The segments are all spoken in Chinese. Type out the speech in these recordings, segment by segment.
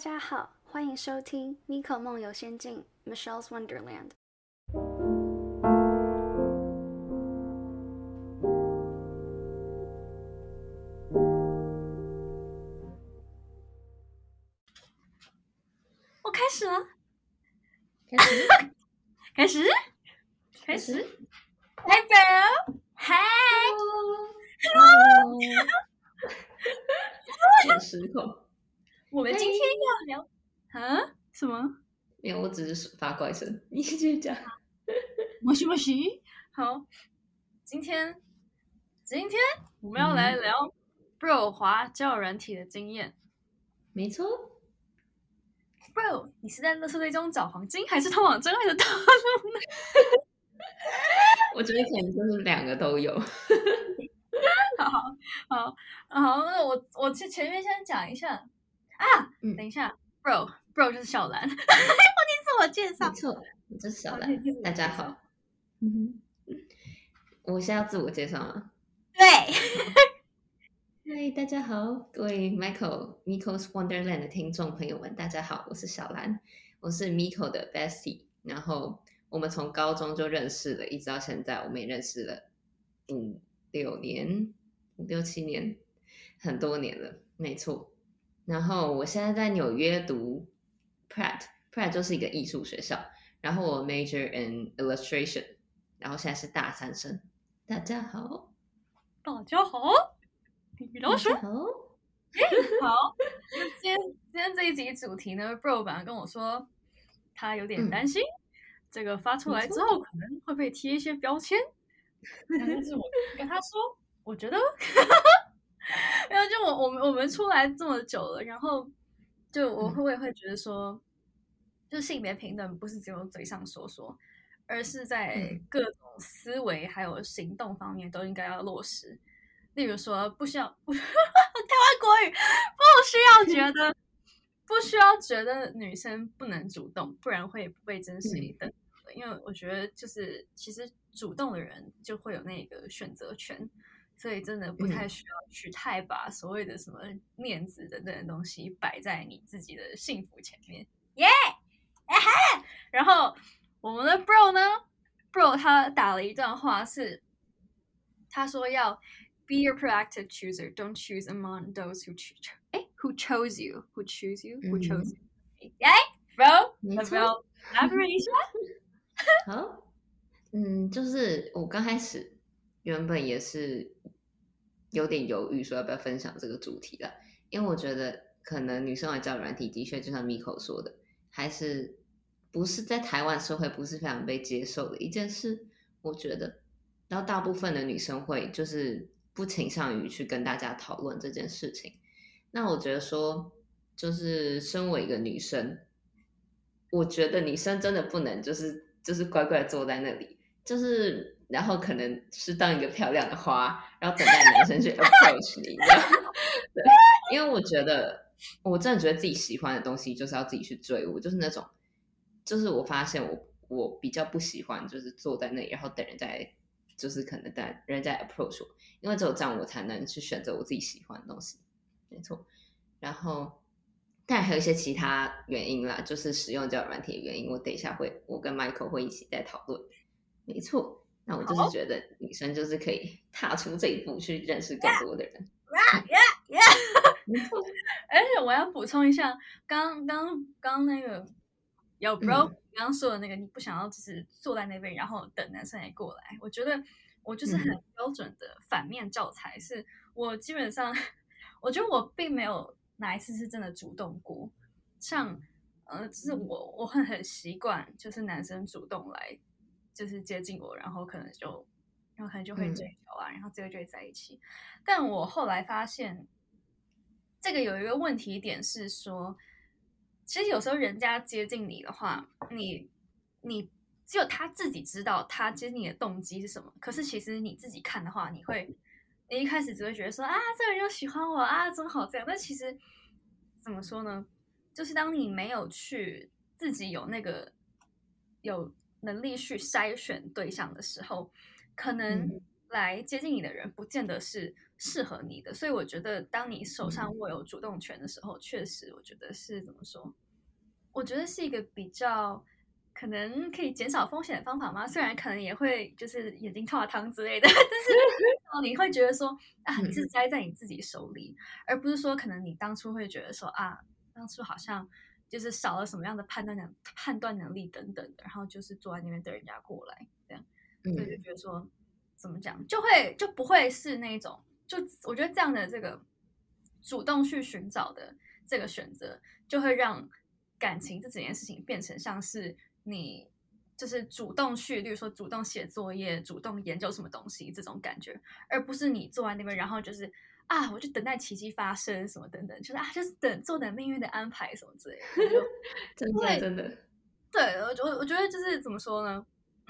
家好，欢迎收听 Miko 梦游仙境 Michelle's Wonderland。 我开始了， 开始， 开始。Hi Bro， 嗨 Hello，很失控。 我们今天要聊什么？ 没有，我只是发怪声。你继续讲。 摩西摩西。好，今天我们要来聊 Bro 滑交友软体的经验。 没错。 Bro， 你是在垃圾堆中找黄金，还是通往真爱的道路呢？ 我觉得可能就是两个都有。 好，那我前面先讲一下等一下 ，Bro 就是小兰，你自我介绍。 没错，我是小兰，大家好。我现在要自我介绍吗？ 对。 嗨，大家好，各位 Miko's Wonderland 的听众朋友们，大家好，我是小兰，我是 Miko 的 Bestie， 然后我们从高中就认识了，一直到现在，我们也认识了5、6年、5、6、7年，很多年了，没错。然后我现在在纽约读 Pratt 就是一个艺术学校，然后我 major in illustration， 然后现在是大3生。大家好， 大家好，米老鼠。好，那今天这一集主题呢 ，Bro 本来跟我说他有点担心，这个发出来之后可能会被贴一些标签。但是我跟他说，我觉得，然后就我们出来这么久了，然后就我也会觉得说，就性别平等不是只有嘴上说说，而是在各种思维还有行动方面都应该要落实。例如说，不需要台湾国语，不需要觉得女生不能主动，不然会不被珍视等。因为我觉得就是其实主动的人就会有那个选择权，所以真的不太需要去太把所谓的什么面子等等的东西摆在你自己的幸福前面。耶！然后我们的 Bro 呢 ，Bro 他打了一段话是，他说要 be your proactive chooser, don't choose among those who chose you, who choose you, who chose you. Bro， 要不要 elaborate 一下？ 好，就是我刚开始原本也是有点犹豫，说要不要分享这个主题啦，因为我觉得可能女生玩交友软体的确就像 Miko 说的，还是不是在台湾社会不是非常被接受的一件事，我觉得，然后大部分的女生会就是不倾向于去跟大家讨论这件事情。那我觉得说，就是身为一个女生，我觉得女生真的不能就是乖乖坐在那里，就是然后可能是当一个漂亮的花，然后等待男生去 approach 你，对，因为我觉得我真的觉得自己喜欢的东西就是要自己去追，我就是那种，就是我发现我比较不喜欢就是坐在那里，然后等人在就是可能等人在 approach 我，因为只有这样我才能去选择我自己喜欢的东西，没错。然后当然还有一些其他原因啦，就是使用交友软体的原因，我等一下我跟 Michael 会一起再讨论。没错，那我就是觉得女生就是可以踏出这一步去认识更多的人。 没错。而且我要补充一下，刚那个有 Bro 刚刚说的那个，你不想要就是坐在那边，然后等男生也过来。我觉得我就是很标准的反面教材，是我基本上我觉得我并没有哪一次是真的主动过，像就是我很习惯，就是男生主动来就是接近我，然后可能就会追求啊，然后最后就会在一起。但我后来发现，这个有一个问题点是说，其实有时候人家接近你的话，你只有他自己知道他接近你的动机是什么，可是其实你自己看的话，你一开始只会觉得说啊，这个人又喜欢我啊，真好这样。但其实怎么说呢？就是当你没有去自己有能力去筛选对象的时候，可能来接近你的人，不见得是适合你的。所以我觉得，当你手上握有主动权的时候，确实，我觉得是怎么说？我觉得是一个比较可能可以减少风险的方法吗？虽然可能也会就是眼睛泡汤之类的，但是你会觉得说啊，你是栽在你自己手里，而不是说可能你当初会觉得说啊，当初好像就是少了什么样的判断能力等等的，然后就是坐在那边等人家过来这样，所以就觉得说怎么讲，就不会是那种，就我觉得这样的这个主动去寻找的这个选择，就会让感情这整件事情变成像是你就是主动去，例如说主动写作业、主动研究什么东西这种感觉，而不是你坐在那边，然后就是啊，我就等待奇迹发生什么等等，就是啊，就是坐等命运的安排什么之类的。 真的真的， 对，我觉得就是怎么说呢？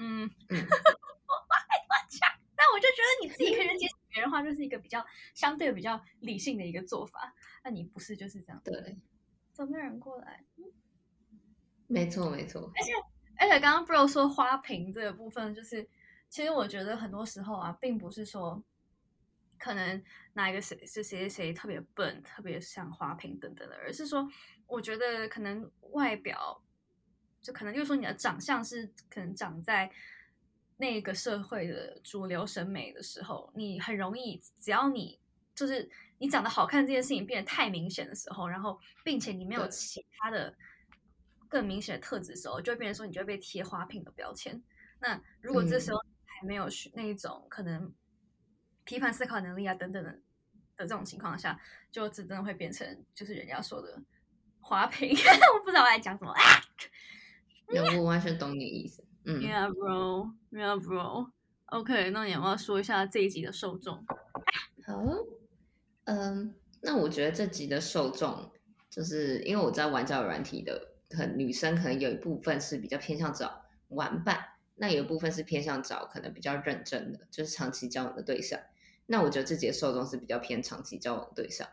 但我就觉得你自己可以接受别人的话，就是一个相对比较理性的一个做法。那你不是就是这样？ 对， 怎么有人过来？ 没错没错。 而且刚刚 Bro 说花瓶这个部分，就是其实我觉得很多时候啊，并不是说可能哪一个谁特别笨，特别像花瓶等等的，而是说我觉得可能外表就可能就是说你的长相是可能长在那个社会的主流审美的时候，你很容易只要你就是你长得好看这件事情变得太明显的时候，然后并且你没有其他的更明显的特质的时候，就会变成说你就会被贴花瓶的标签。那如果这时候还没有那一种可能批判思考能力啊等等的这种情况下，就真的会变成就是人家说的花瓶。我不知道我在讲什么啊。 我完全懂你的意思。 Yeah, bro. Yeah, bro. OK， 那你要不要说一下这一集的受众？ 好，那我觉得这集的受众，就是因为我在玩交友软体的，女生可能有一部分是比较偏向找玩伴，那有一部分是偏向找可能比较认真的，就是长期交往的对象。那我觉得这集的受众是比较偏长期交往的对象。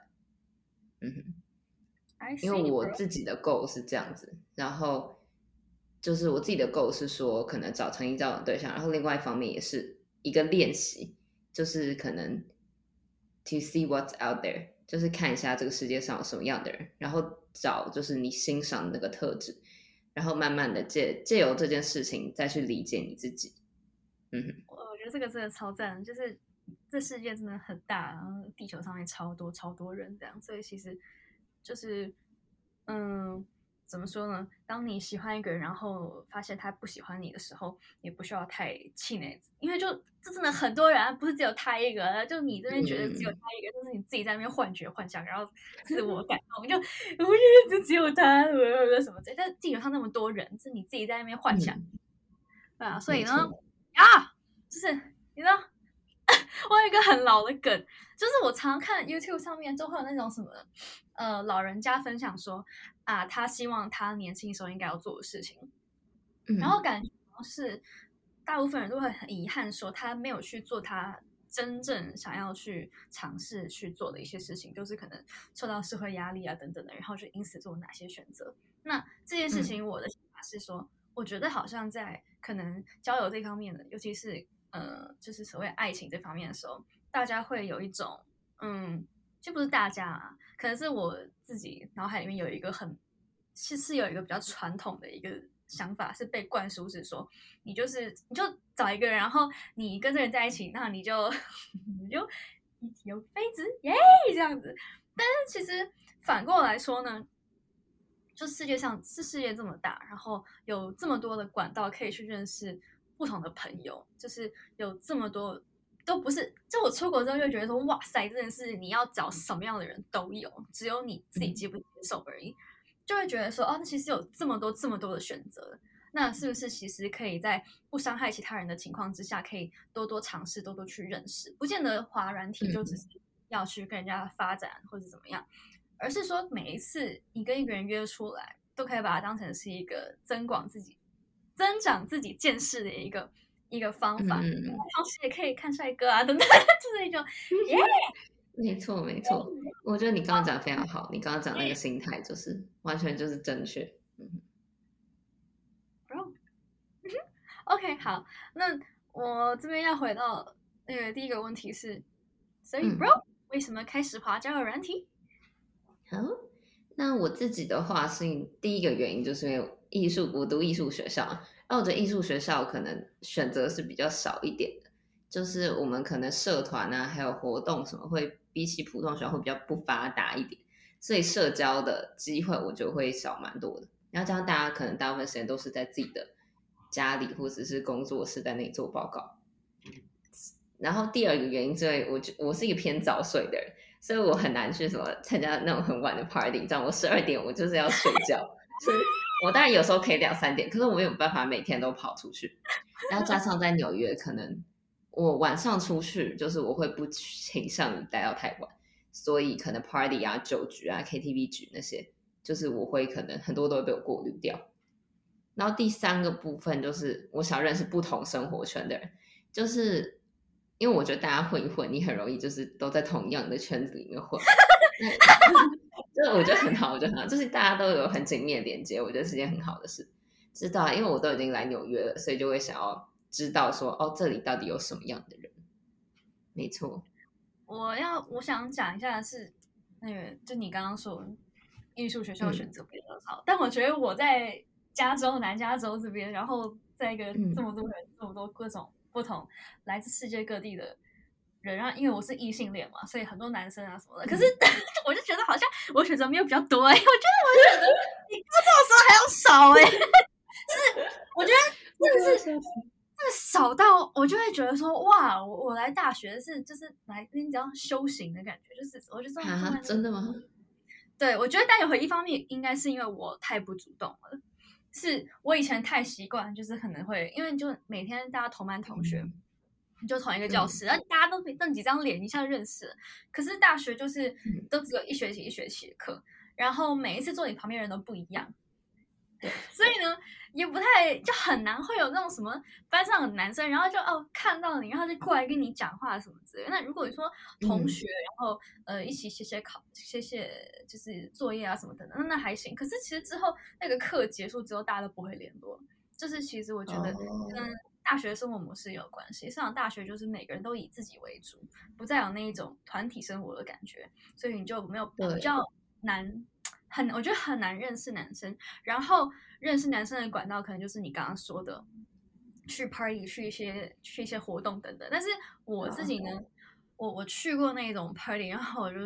因为我自己的 goal 是这样子，然后就是我自己的 goal 是说，可能找长期交往的对象，然后另外一方面也是一个练习，就是可能 to see what's out there， 就是看一下这个世界上有什么样的人，然后找就是你欣赏的那个特质，然后慢慢的借由这件事情再去理解你自己。 我觉得这个真的超赞，就是这世界真的很大，然后地球上面超多人这样，所以其实就是怎么说呢？当你喜欢一个人，然后发现他不喜欢你的时候，也不需要太气馁，因为这真的很多人啊，不是只有他一个，就你这边觉得只有他一个，就是你自己在那边幻觉幻想，然后自我感动，我觉得就只有他什么之类，但地球上那么多人，是你自己在那边幻想，对啊，所以呢，就是你知道。我有一个很老的梗，就是我常常看 YouTube 上面就会有那种什么，老人家分享说啊，他希望他年轻时候应该要做的事情，然后感觉是大部分人都会很遗憾说他没有去做他真正想要去尝试去做的一些事情，就是可能受到社会压力啊等等的，然后就因此做哪些选择。那这件事情我的想法是说，我觉得好像在可能交友这方面的，尤其是就是所谓爱情这方面的时候，大家会有一种就不是大家啊，可能是我自己脑海里面有一个是有一个比较传统的一个想法，是被灌输是说，你就找一个人，然后你跟这个人在一起，那你就一起有妃子耶这样子。但是其实反过来说呢，就世界这么大，然后有这么多的管道可以去认识不同的朋友，就是有这么多都不是，就我出国之后就觉得说，哇塞，真的是你要找什么样的人都有，只有你自己接不接受而已，就会觉得说，哦，那其实有这么多的选择，那是不是其实可以在不伤害其他人的情况之下，可以多多尝试，多多去认识，不见得滑软体就只是要去跟人家发展或者怎么样。而是说每一次你跟一个人约出来，都可以把它当成是一个增长自己见识的一个方法。同时也可以看帅哥啊等等，就是一种耶。 没错没错，我觉得你刚刚讲的非常好，你刚刚讲那个心态就是完全就是正确。 OK， 好，那我这边要回到第一个问题是，所以 bro 为什么开始滑交友软体？ 好，那我自己的话是第一个原因就是因为我读艺术学校，然后我觉得艺术学校可能选择是比较少一点的，就是我们可能社团啊还有活动什么会比起普通学校会比较不发达一点，所以社交的机会我觉得会少蛮多的。然后加上大家可能大部分时间都是在自己的家里或者是工作室在那里做报告。然后第二个原因是因为我是一个偏早睡的人，所以我很难去什么参加那种很晚的 party， 这样我12点我就是要睡觉。所以我当然有时候可以2-3点，可是我没有办法每天都跑出去。然后加上在纽约，可能我晚上出去就是我会不倾向于待到太晚，所以可能 party 啊、酒局啊、KTV 局那些，就是我会可能很多都会被我过滤掉。然后第三个部分就是我想认识不同生活圈的人，就是因为我觉得大家混一混，你很容易就是都在同样的圈子里面混，就是我觉得很好，就是大家都有很紧密的连接，我觉得是件很好的事。知道，因为我都已经来纽约了，所以就会想要知道说，哦，这里到底有什么样的人。没错， 我想讲一下的是那个，就你刚刚说艺术学校选择比较少，但我觉得我在南加州这边，然后在一个这么多人、这么多各种不同来自世界各地的人，然后因为我是异性恋嘛，所以很多男生啊什么的，可是我就觉得好像我选择没有比较多我觉得我选择比高中的时候还要少就是我觉得真的是少到我就会觉得说哇，我来大学就是来跟你讲修行的感觉，就是我就真的吗？ 对，我觉得但有一方面应该是因为我太不主动了。是我以前太习惯，就是可能会因为就每天大家同班同学，就同一个教室，然后大家都瞪几张脸一下认识了。可是大学就是都只有一学期的课，然后每一次坐你旁边的人都不一样，对，所以呢也不太就很难会有那种什么班上的男生，然后就看到你，然后就过来跟你讲话什么之类的。那如果你说同学，然后一起写就是作业啊什么的，那还行。可是其实之后那个课结束之后，大家都不会联络。就是其实我觉得跟大学生活模式有关系。上了大学就是每个人都以自己为主，不再有那一种团体生活的感觉，所以你就没有比较难。我觉得很难认识男生，然后认识男生的管道可能就是你刚刚说的，去 party 去一些活动等等。但是我自己呢，我去过那种 party， 然后我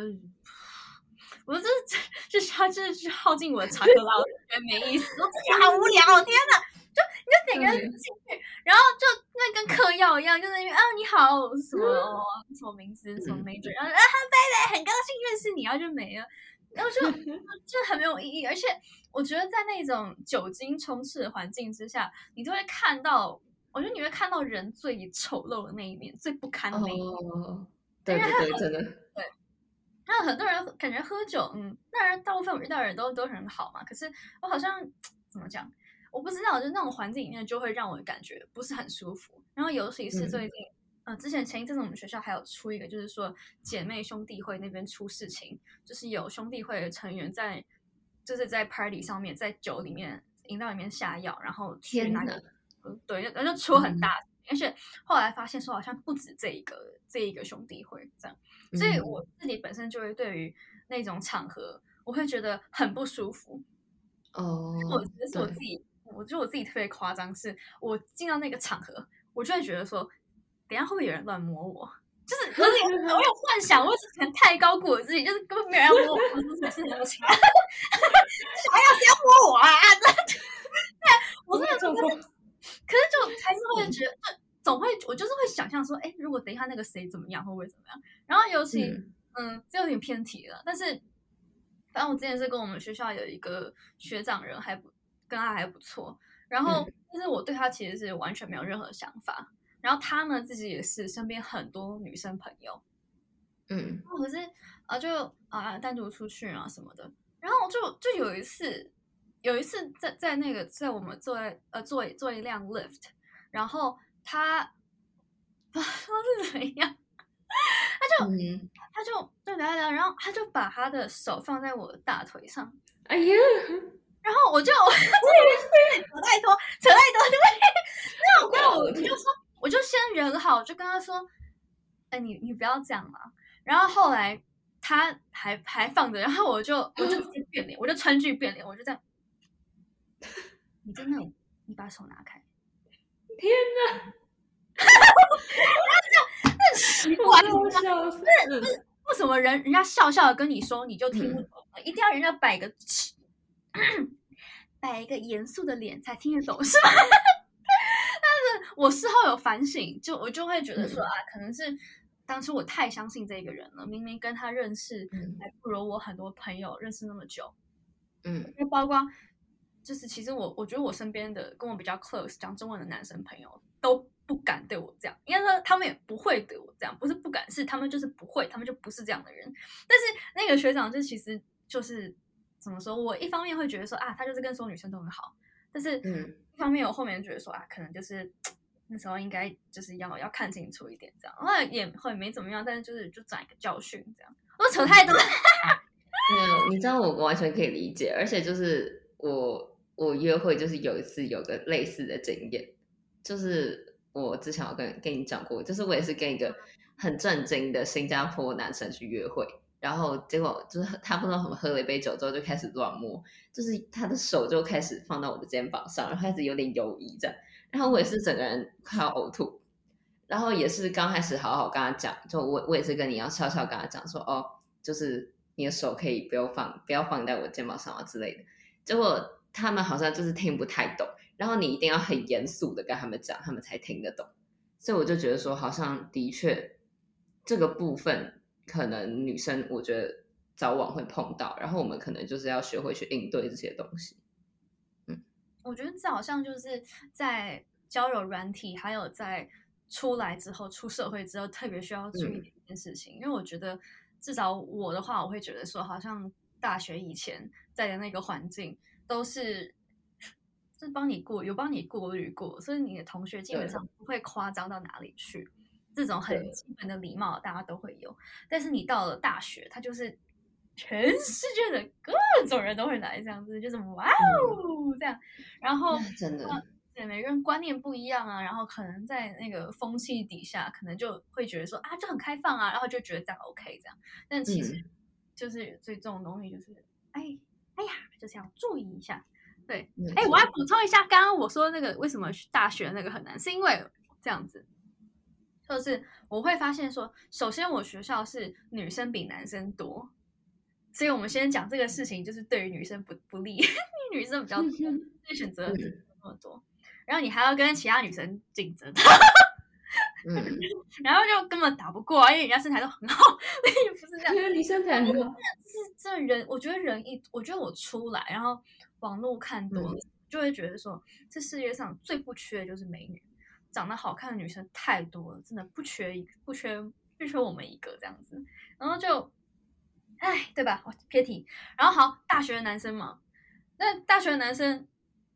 就是耗尽我的茶克拉，我觉得没意思，我自己好无聊，天哪！你就每个人进去，然后就那跟嗑药一样，就在那边你好什么名字什么 major， 然后baby 很高兴认识你，然后就没了。然后就很没有意义，而且我觉得在那种酒精充斥的环境之下，你就会看到，我觉得你会看到人最丑陋的那一面，最不堪的那一面。 对，真的。 对，然后很多人感觉喝酒，当然大部分遇到的人都很好嘛，可是我好像怎么讲，我不知道，就那种环境里面就会让我感觉不是很舒服。然后尤其是最近。之前前一阵子我们学校还有出一个，就是说姐妹兄弟会那边出事情，就是有兄弟会的成员在 party 上面，在酒里面饮料里面下药，然后去拿个对，然后就出很大，而且后来发现说好像不止这一个兄弟会这样，所以我自己本身就会对于那种场合，我会觉得很不舒服。我觉得我自己特别夸张，是我进到那个场合，我就会觉得说。等一下会不会有人乱摸我？就是我有幻想，我之前太高估我自己，就是根本没有人要摸我，我是那么强，谁要摸我啊？我真的可是就还是会觉得，总会我就是会想象说，如果等一下那个谁怎么样，会不会怎么样？然后尤其这有点偏题了，但是反正我之前是跟我们学校有一个学长人跟他还不错，然后但是我对他其实是完全没有任何想法。然后他呢自己也是身边很多女生朋友，可是就单独出去啊什么的。然后就有一次在那个在我们坐一辆 lift， 然后他不知道是怎样，他就聊一聊，然后他就把他的手放在我的大腿上， 哎呀， 然后我就扯太多，对，那我就说。我就先人好，就跟他说， 你不要这样嘛。然后后来他还放着，然后我就直接变脸，我就川剧变脸，我就这样，你真的，你把手拿开。 天哪！ 很奇怪， 我笑死。 为什么人家笑笑的跟你说你就听不懂了，一定要人家摆一个严肃的脸才听得懂是吧？但是我事后有反省，我就会觉得说可能是当初我太相信这个人了，明明跟他认识还不如我很多朋友认识那么久，就包括就是其实我觉得我身边的跟我比较 close 讲中文的男生朋友都不敢对我这样，应该说他们也不会对我这样，不是不敢，是他们就是不会，他们就不是这样的人。但是那个学长就其实就是怎么说，我一方面会觉得说他就是跟所有女生都很好，但是一方面我后面觉得说可能就是那时候应该就是要看清楚一点这样，后来也会没怎么样，但是就长一个教训这样。我扯太多了。 没有，你知道我完全可以理解，而且就是我约会就是有一次有个类似的经验，就是我之前有跟你讲过，就是我也是跟一个很震惊的新加坡男生去约会，然后结果就是他不知道怎么喝了一杯酒之后就开始乱摸，就是他的手就开始放到我的肩膀上，然后开始有点犹疑这样，然后我也是整个人快要呕吐，然后也是刚开始好好跟他讲，就我也是跟你要笑笑跟他讲说就是你的手可以不要放在我肩膀上啊之类的，结果他们好像就是听不太懂，然后你一定要很严肃的跟他们讲，他们才听得懂。所以我就觉得说，好像的确这个部分可能女生我觉得早晚会碰到，然后我们可能就是要学会去应对这些东西。 我觉得这好像就是在交友软体，还有在出来之后出社会之后特别需要注意的一件事情，因为我觉得至少我的话，我会觉得说，好像大学以前在的那个环境都是帮你过滤过，所以你的同学基本上不会夸张到哪里去，这种很基本的礼貌大家都会有。但是你到了大学，它就是全世界的各种人都会来，这样子就是哇哦这样，然后真的对每个人观念不一样啊，然后可能在那个风气底下，可能就会觉得说就很开放啊，然后就觉得这样 OK 这样，但其实就是最重的东西就是哎呀，就是要注意一下。对，我要补充一下，刚刚我说那个为什么大学那个很难，是因为这样子，就是我会发现说，首先我学校是女生比男生多，所以我们先讲这个事情，就是对于女生不利，因为女生比较多，所以选择那么多，然后你还要跟其他女生竞争。然后就根本打不过因为人家身材都很好，也不是这样。 你身材很好， 是这人，我觉得我出来，然后网络看多了，就会觉得说，这世界上最不缺的就是美女，长得好看的女生太多了，真的不缺我们一个这样子，然后就，对吧？我撇题。然后好，大学的男生嘛，那大学的男生，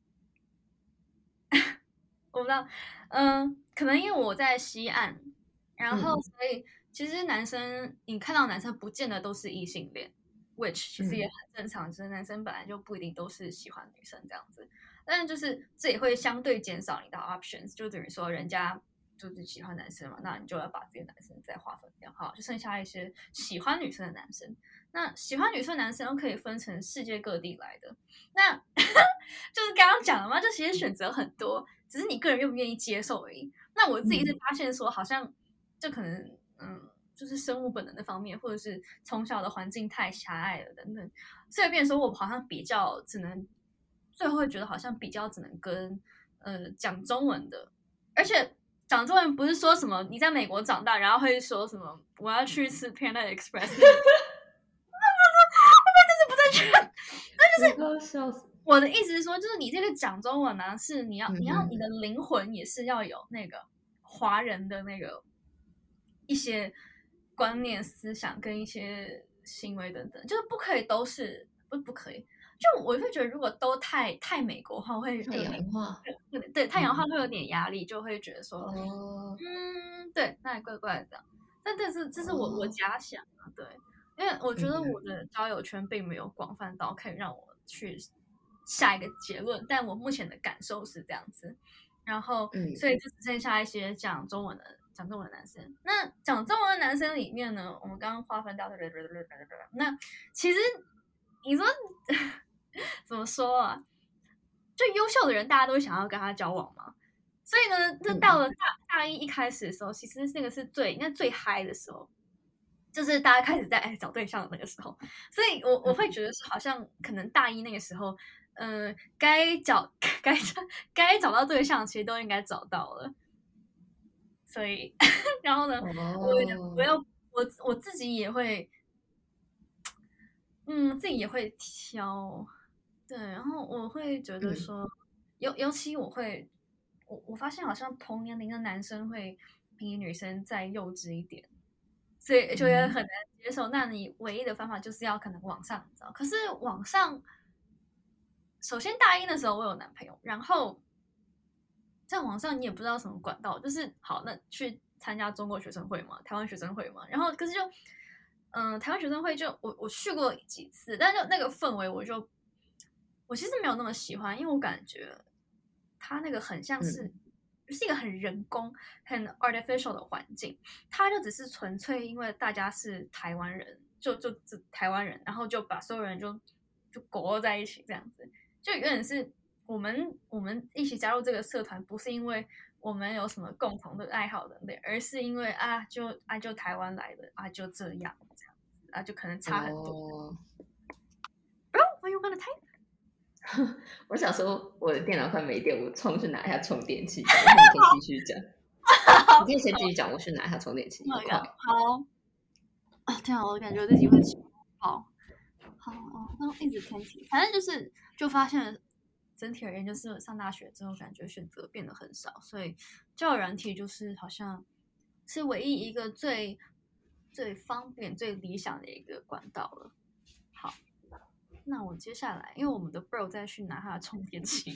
我不知道，可能因为我在西岸，然后所以其实男生你看到男生不见得都是异性恋，which 其实也很正常，就是男生本来就不一定都是喜欢女生这样子，但是就是这也会相对减少你的 options， 就等于说人家就是喜欢男生嘛，那你就要把这些男生再划分掉，好，就剩下一些喜欢女生的男生。那喜欢女生的男生可以分成世界各地来的，那就是刚刚讲了嘛，就其实选择很多，只是你个人愿不愿意接受而已。那我自己是发现说，好像就可能就是生物本能的方面，或者是从小的环境太狭隘了等等，所以变成说我好像比较只能最后会觉得好像比较只能跟讲中文的，而且讲中文不是说什么你在美国长大，然后会说什么我要去吃 Panda Express。那就是我的意思是说，就是你这个讲中文呢，是你要你的灵魂也是要有那个华人的那个一些观念、思想跟一些行为等等，就是不可以都是不可以。就我会觉得，如果都太美国化，会太洋化， 对，太洋化会有点压力，就会觉得说，对，那也怪怪的这样。但这是我假想啊，对。因为我觉得我的交友圈并没有广泛到可以让我去下一个结论，但我目前的感受是这样子。然后，所以就只剩下一些讲中文的讲中文的男生。那讲中文的男生里面呢，我们刚刚划分到那其实你说怎么说啊？就优秀的人，大家都会想要跟他交往嘛。所以呢，就到了大一开始的时候，其实那个是应该最嗨的时候，就是大家开始在找对象的那个时候。所以我会觉得是好像可能大一那个时候，该找到对象，其实都应该找到了。所以，然后呢，我自己也会，自己也会挑。对，然后我会觉得说，尤其我发现好像同年龄的男生会比女生再幼稚一点，所以就也很难接受。那你唯一的方法就是要可能往上找，可是往上，首先大一的时候我有男朋友，然后在网上你也不知道什么管道，就是好那去参加中国学生会嘛，台湾学生会嘛，然后可是就台湾学生会就我去过几次，但就那个氛围我其实没有那么喜欢，因为我感觉它那个很像是一个很人工、很 artificial 的环境，它就只是纯粹因为大家是台湾人，就台湾人，然后就把所有人就裹在一起这样子，就有点是我们一起加入这个社团，不是因为我们有什么共同的爱好等等，而是因为就台湾来的就这样就可能差很多。Bro, are you gonna type? 我想说我的电脑快没电，我冲去拿一下充电器。然后你可以继续讲，你可以先继续讲，我去拿一下充电器。 好天啊，我感觉我自己会好，刚一直偏题，反正就发现整体而言，就是上大学之后，感觉选择变得很少，所以交友软体就是好像是唯一一个最方便、最理想的一个管道了。好。那我接下来，因为我们的 bro 再去拿他的充电器，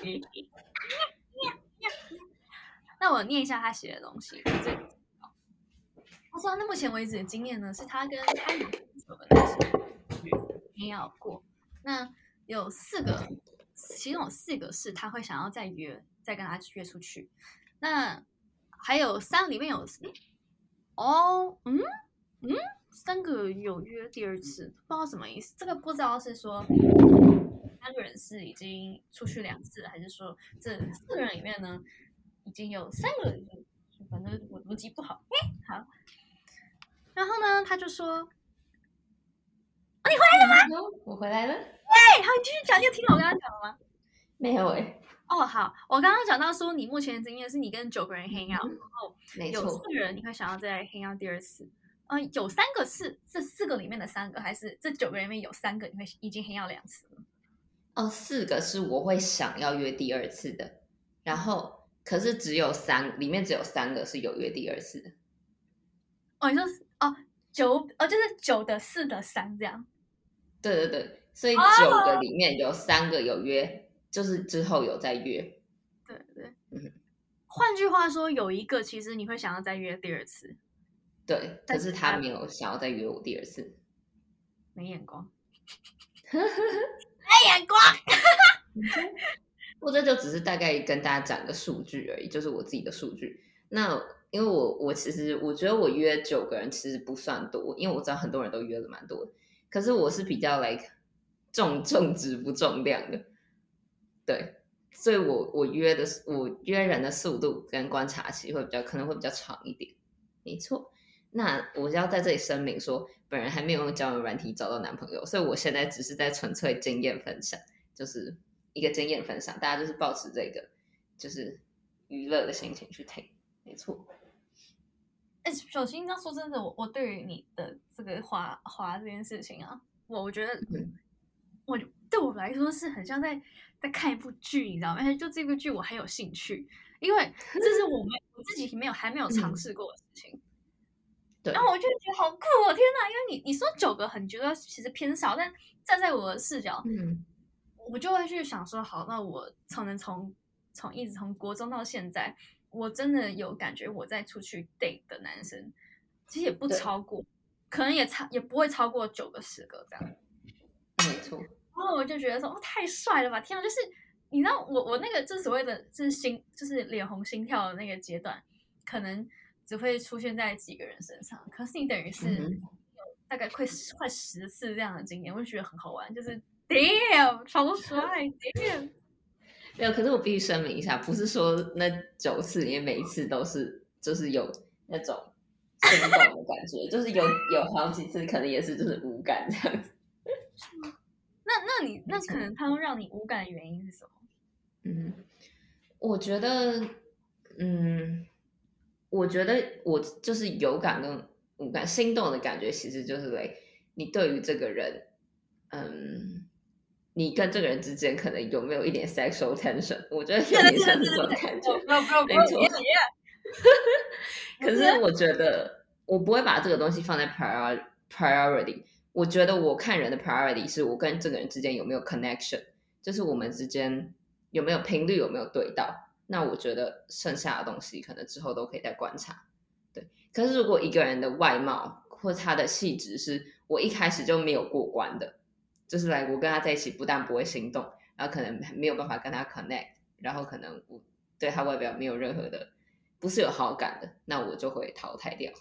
那我念一下他写的东西。他说，那目前为止的经验呢，是他跟他女朋友的男生没有过。那有4个，其中有4个是他会想要再跟他约出去。那还有3里面有3个有约第2次，不知道什么意思。这个不知道是说3个人是已经出去2次了，还是说这4个人里面呢，已经有3个人，反正我逻辑不好。好，然后呢，他就说：“你回来了吗？” 我回来了。 好，你继续讲。你有听懂我刚刚讲了吗？ 没有好，我刚刚讲到说，你目前的经验是你跟9个人 hang out，然后有4个人你会想要再 hang out 第2次。有3个是这4个里面的3个，还是这9个人里面有3个你会已经 hang out 2次了 ？4个是我会想要约第2次的，然后可是里面只有3个是有约第2次的。 你说就是9的4的3这样。 对，所以9个里面有3个有约，就是之后有再约。 对，换句话说，有一个其实你会想要再约第2次。 对，可是他没有想要再约我第2次， 没眼光，没眼光。 我这就只是大概跟大家讲个数据而已，就是我自己的数据。那因为我其实我觉得我约9个人其实不算多，因为我知道很多人都约了蛮多的，可是我是比较重质不重量的，对，所以我约人的速度跟观察期可能会比较长一点，没错。那我要在这里声明说，本人还没有用交友软体找到男朋友，所以我现在只是在纯粹经验分享，就是一个经验分享，大家就是抱持这个就是娱乐的心情去听，没错。 首先，那说真的，我对于你的这个滑这件事情啊，我觉得对我来说是很像在看一部剧，你知道吗？而且就这部剧我很有兴趣，因为这是我自己还没有尝试过的事情。 对， 然后我就觉得好酷哦！天哪，因为你说9个很觉得其实偏少，但站在我的视角，我就会去想说，好，那我一直从国中到现在，我真的有感觉我在出去 date 的男生，其实也不超过，可能也不会超过9个10个这样。 没错。 然后我就觉得说，太帅了吧！天哪，就是你知道我那个就是所谓的就是脸红心跳的那个阶段，可能只会出现在几个人身上，可是你等于是有大概快10次这样的经验，我就觉得很好玩，就是 damn 超帅 damn。 没有，可是我必须声明一下，不是说那9次里面每一次都是就是有那种心动的感觉，就是有好几次可能也是就是无感这样子。 那可能他会让你无感的原因是什么？ 我觉得我就是有感跟无感，心动的感觉其实就是你对于这个人，你跟这个人之间可能有没有一点 sexual tension？ 我觉得有点像是这种感觉，没错。可是我觉得我不会把这个东西放在 priority。我觉得我看人的 priority 是我跟这个人之间有没有 connection， 就是我们之间有没有频率有没有对到。那我觉得剩下的东西可能之后都可以再观察。对，可是如果一个人的外貌或他的气质是我一开始就没有过关的，就是我跟他在一起不但不会心动，然后可能没有办法跟他 connect， 然后可能我对他外表没有任何的不是有好感的，那我就会淘汰掉。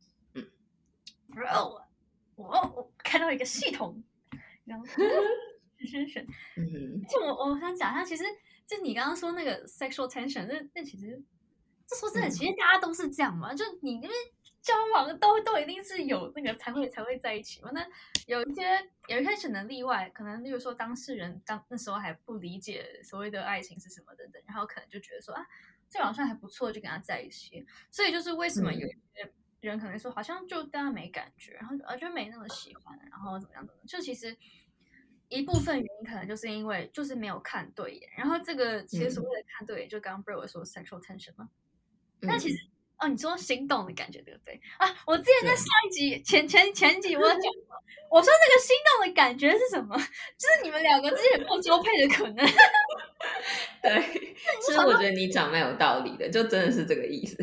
Bro， 我看到一个系统，然后选，我想讲一下，其实就你刚刚说那个 sexual tension， 那其实这说真的，其实大家都是这样嘛，就你那边交往都一定是有那个才会在一起嘛。那有一些可能例外，可能例如说当事人那时候还不理解所谓的爱情是什么等等，然后可能就觉得说啊，这个好像还不错，就跟他在一起。所以就是为什么有一些人可能说好像就对他没感觉，然后就没那么喜欢，然后怎么样的，就其实一部分原因可能就是因为就是没有看对眼。然后这个其实所谓的看对眼，就刚刚 Bro 说 sexual tension 嘛，但其实你说心动的感觉对不对啊？我之前在上一集前集我讲过，我说那个心动的感觉是什么？就是你们2个之间有没有交配的可能？ 对，其实我觉得你讲蛮有道理的，就真的是这个意思。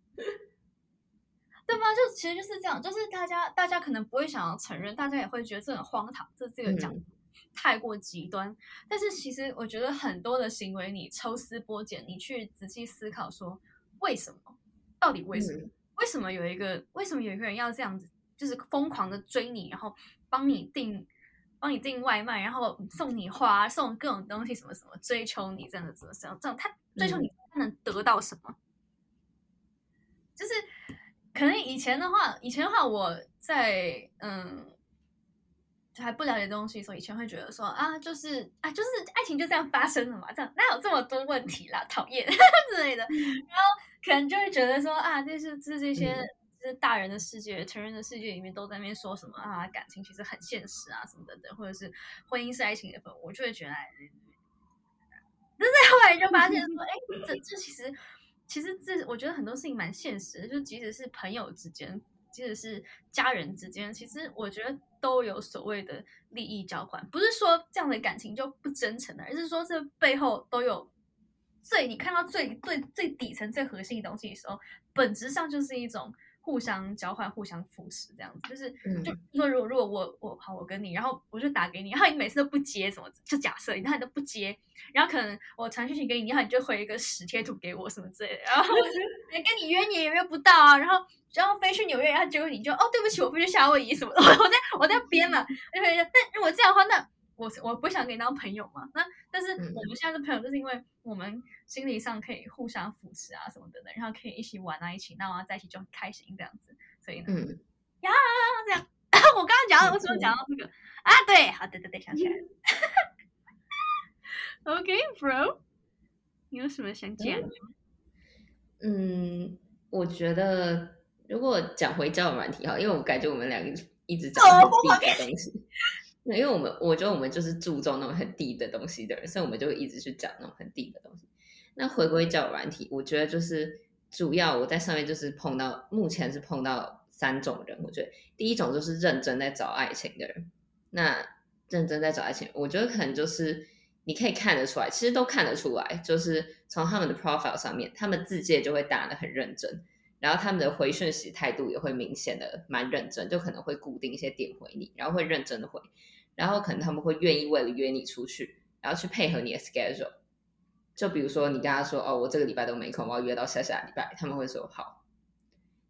对吧？就其实就是这样，就是大家可能不会想要承认，大家也会觉得这很荒唐，这个讲太过极端。但是其实我觉得很多的行为，你抽丝剥茧，你去仔细思考说为什么，到底为什么？为什么有一个人要这样子，就是疯狂的追你，然后帮你订外卖，然后送你花，送各种东西，什么什么，追求你这样子，这样他追求你，他能得到什么？就是可能以前的话，我在还不了解东西的时候，以前会觉得说啊，就是爱情就这样发生了嘛，这样哪有这么多问题啦，讨厌之类的。然后可能就会觉得说啊，这些就是大人的世界、成人的世界里面都在那边说什么啊，感情其实很现实啊，什么等等，或者是婚姻是爱情的份，我就会觉得，但是后来就发现说，这其实这我觉得很多事情蛮现实的，就即使是朋友之间，即使是家人之间，其实我觉得都有所谓的利益交换，不是说这样的感情就不真诚的，而是说这背后都有你看到最底层、最核心的东西的时候，本质上就是一种互相交换、互相扶持这样子。就是就说如果我跟你，然后我就打给你，然后你每次都不接，什么就假设然后你都不接，然后可能我传讯息给你，然后你就回一个屎贴图给我什么之类的，然后跟你约你也约不到啊，然后飞去纽约，然后结果你就对不起，我飞去夏威夷什么的，我在编嘛，但如果这样的话，那我不想跟你当朋友嘛。但是我们现在的朋友，就是因为我们心理上可以互相扶持啊什么的，然后可以一起玩啊，一起闹啊，在一起就很开心这样子。所以呢，呀，这样，我刚刚讲到为什么讲到这个啊？对，好，对，想起来了。OK，bro，你有什么想讲的？ 我觉得如果讲回交友软体哈，因为我感觉我们两个一直讲很地的东西。因为我觉得我们就是注重那种很地的东西的人，所以我们就会一直去讲那种很地的东西。那回归交友软体，我觉得就是主要我在上面就是目前是碰到3种人。我觉得第一种就是认真在找爱情的人。那认真在找爱情，我觉得可能就是你可以看得出来，其实都看得出来，就是从他们的 profile 上面，他们自介就会打得很认真，然后他们的回讯息态度也会明显的蛮认真，就可能会固定一些点回你，然后会认真的回，然后可能他们会愿意为了约你出去，然后去配合你的 schedule。 就比如说你跟他说我这个礼拜都没空，我要约到下礼拜，他们会说好。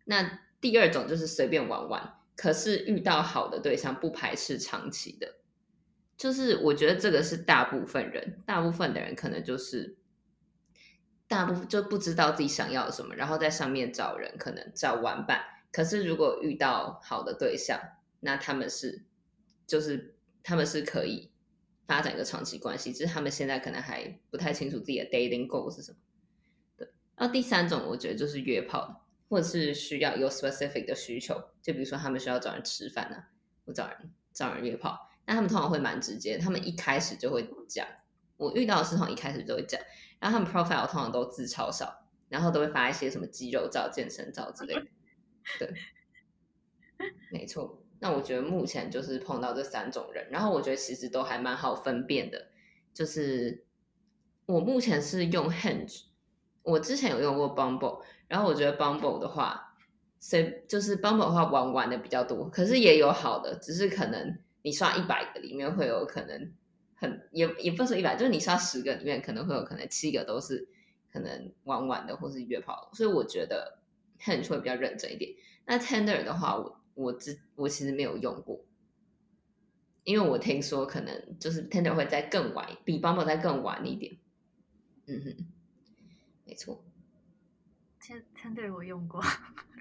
那第二种就是随便玩玩，可是遇到好的对象不排斥长期的。就是我觉得这个是大部分的人可能就是大部分就不知道自己想要什么，然后在上面找人，可能找玩伴。可是如果遇到好的对象，那他们是可以发展一个长期关系，只是他们现在可能还不太清楚自己的 dating goal 是什么。对，然后第三种我觉得就是约炮，或者是需要有 specific 的需求，就比如说他们需要找人吃饭啊，或找人约炮，那他们通常会蛮直接，他们一开始就会讲，我遇到的是通常一开始就会讲，然后他们 profile 通常都字超少，然后都会发一些什么肌肉照、健身照之类的。对，没错。那我觉得目前就是碰到这三种人，然后我觉得其实都还蛮好分辨的。就是我目前是用 Hinge， 我之前有用过 Bumble， 然后我觉得 Bumble 的话，就是 Bumble 的话玩的比较多，可是也有好的，只是可能你刷100个里面会有可能也不是100，就是你刷10个里面可能会有可能7个都是可能玩的或是约炮的，所以我觉得 Hinge 会比较认真一点。那 Tinder 的话，我其实没有用过，因为我听说可能就是 Tinder 会再更晚，比 Bumble 再更晚一点。嗯哼，没错。 Tinder 我用过， 嗯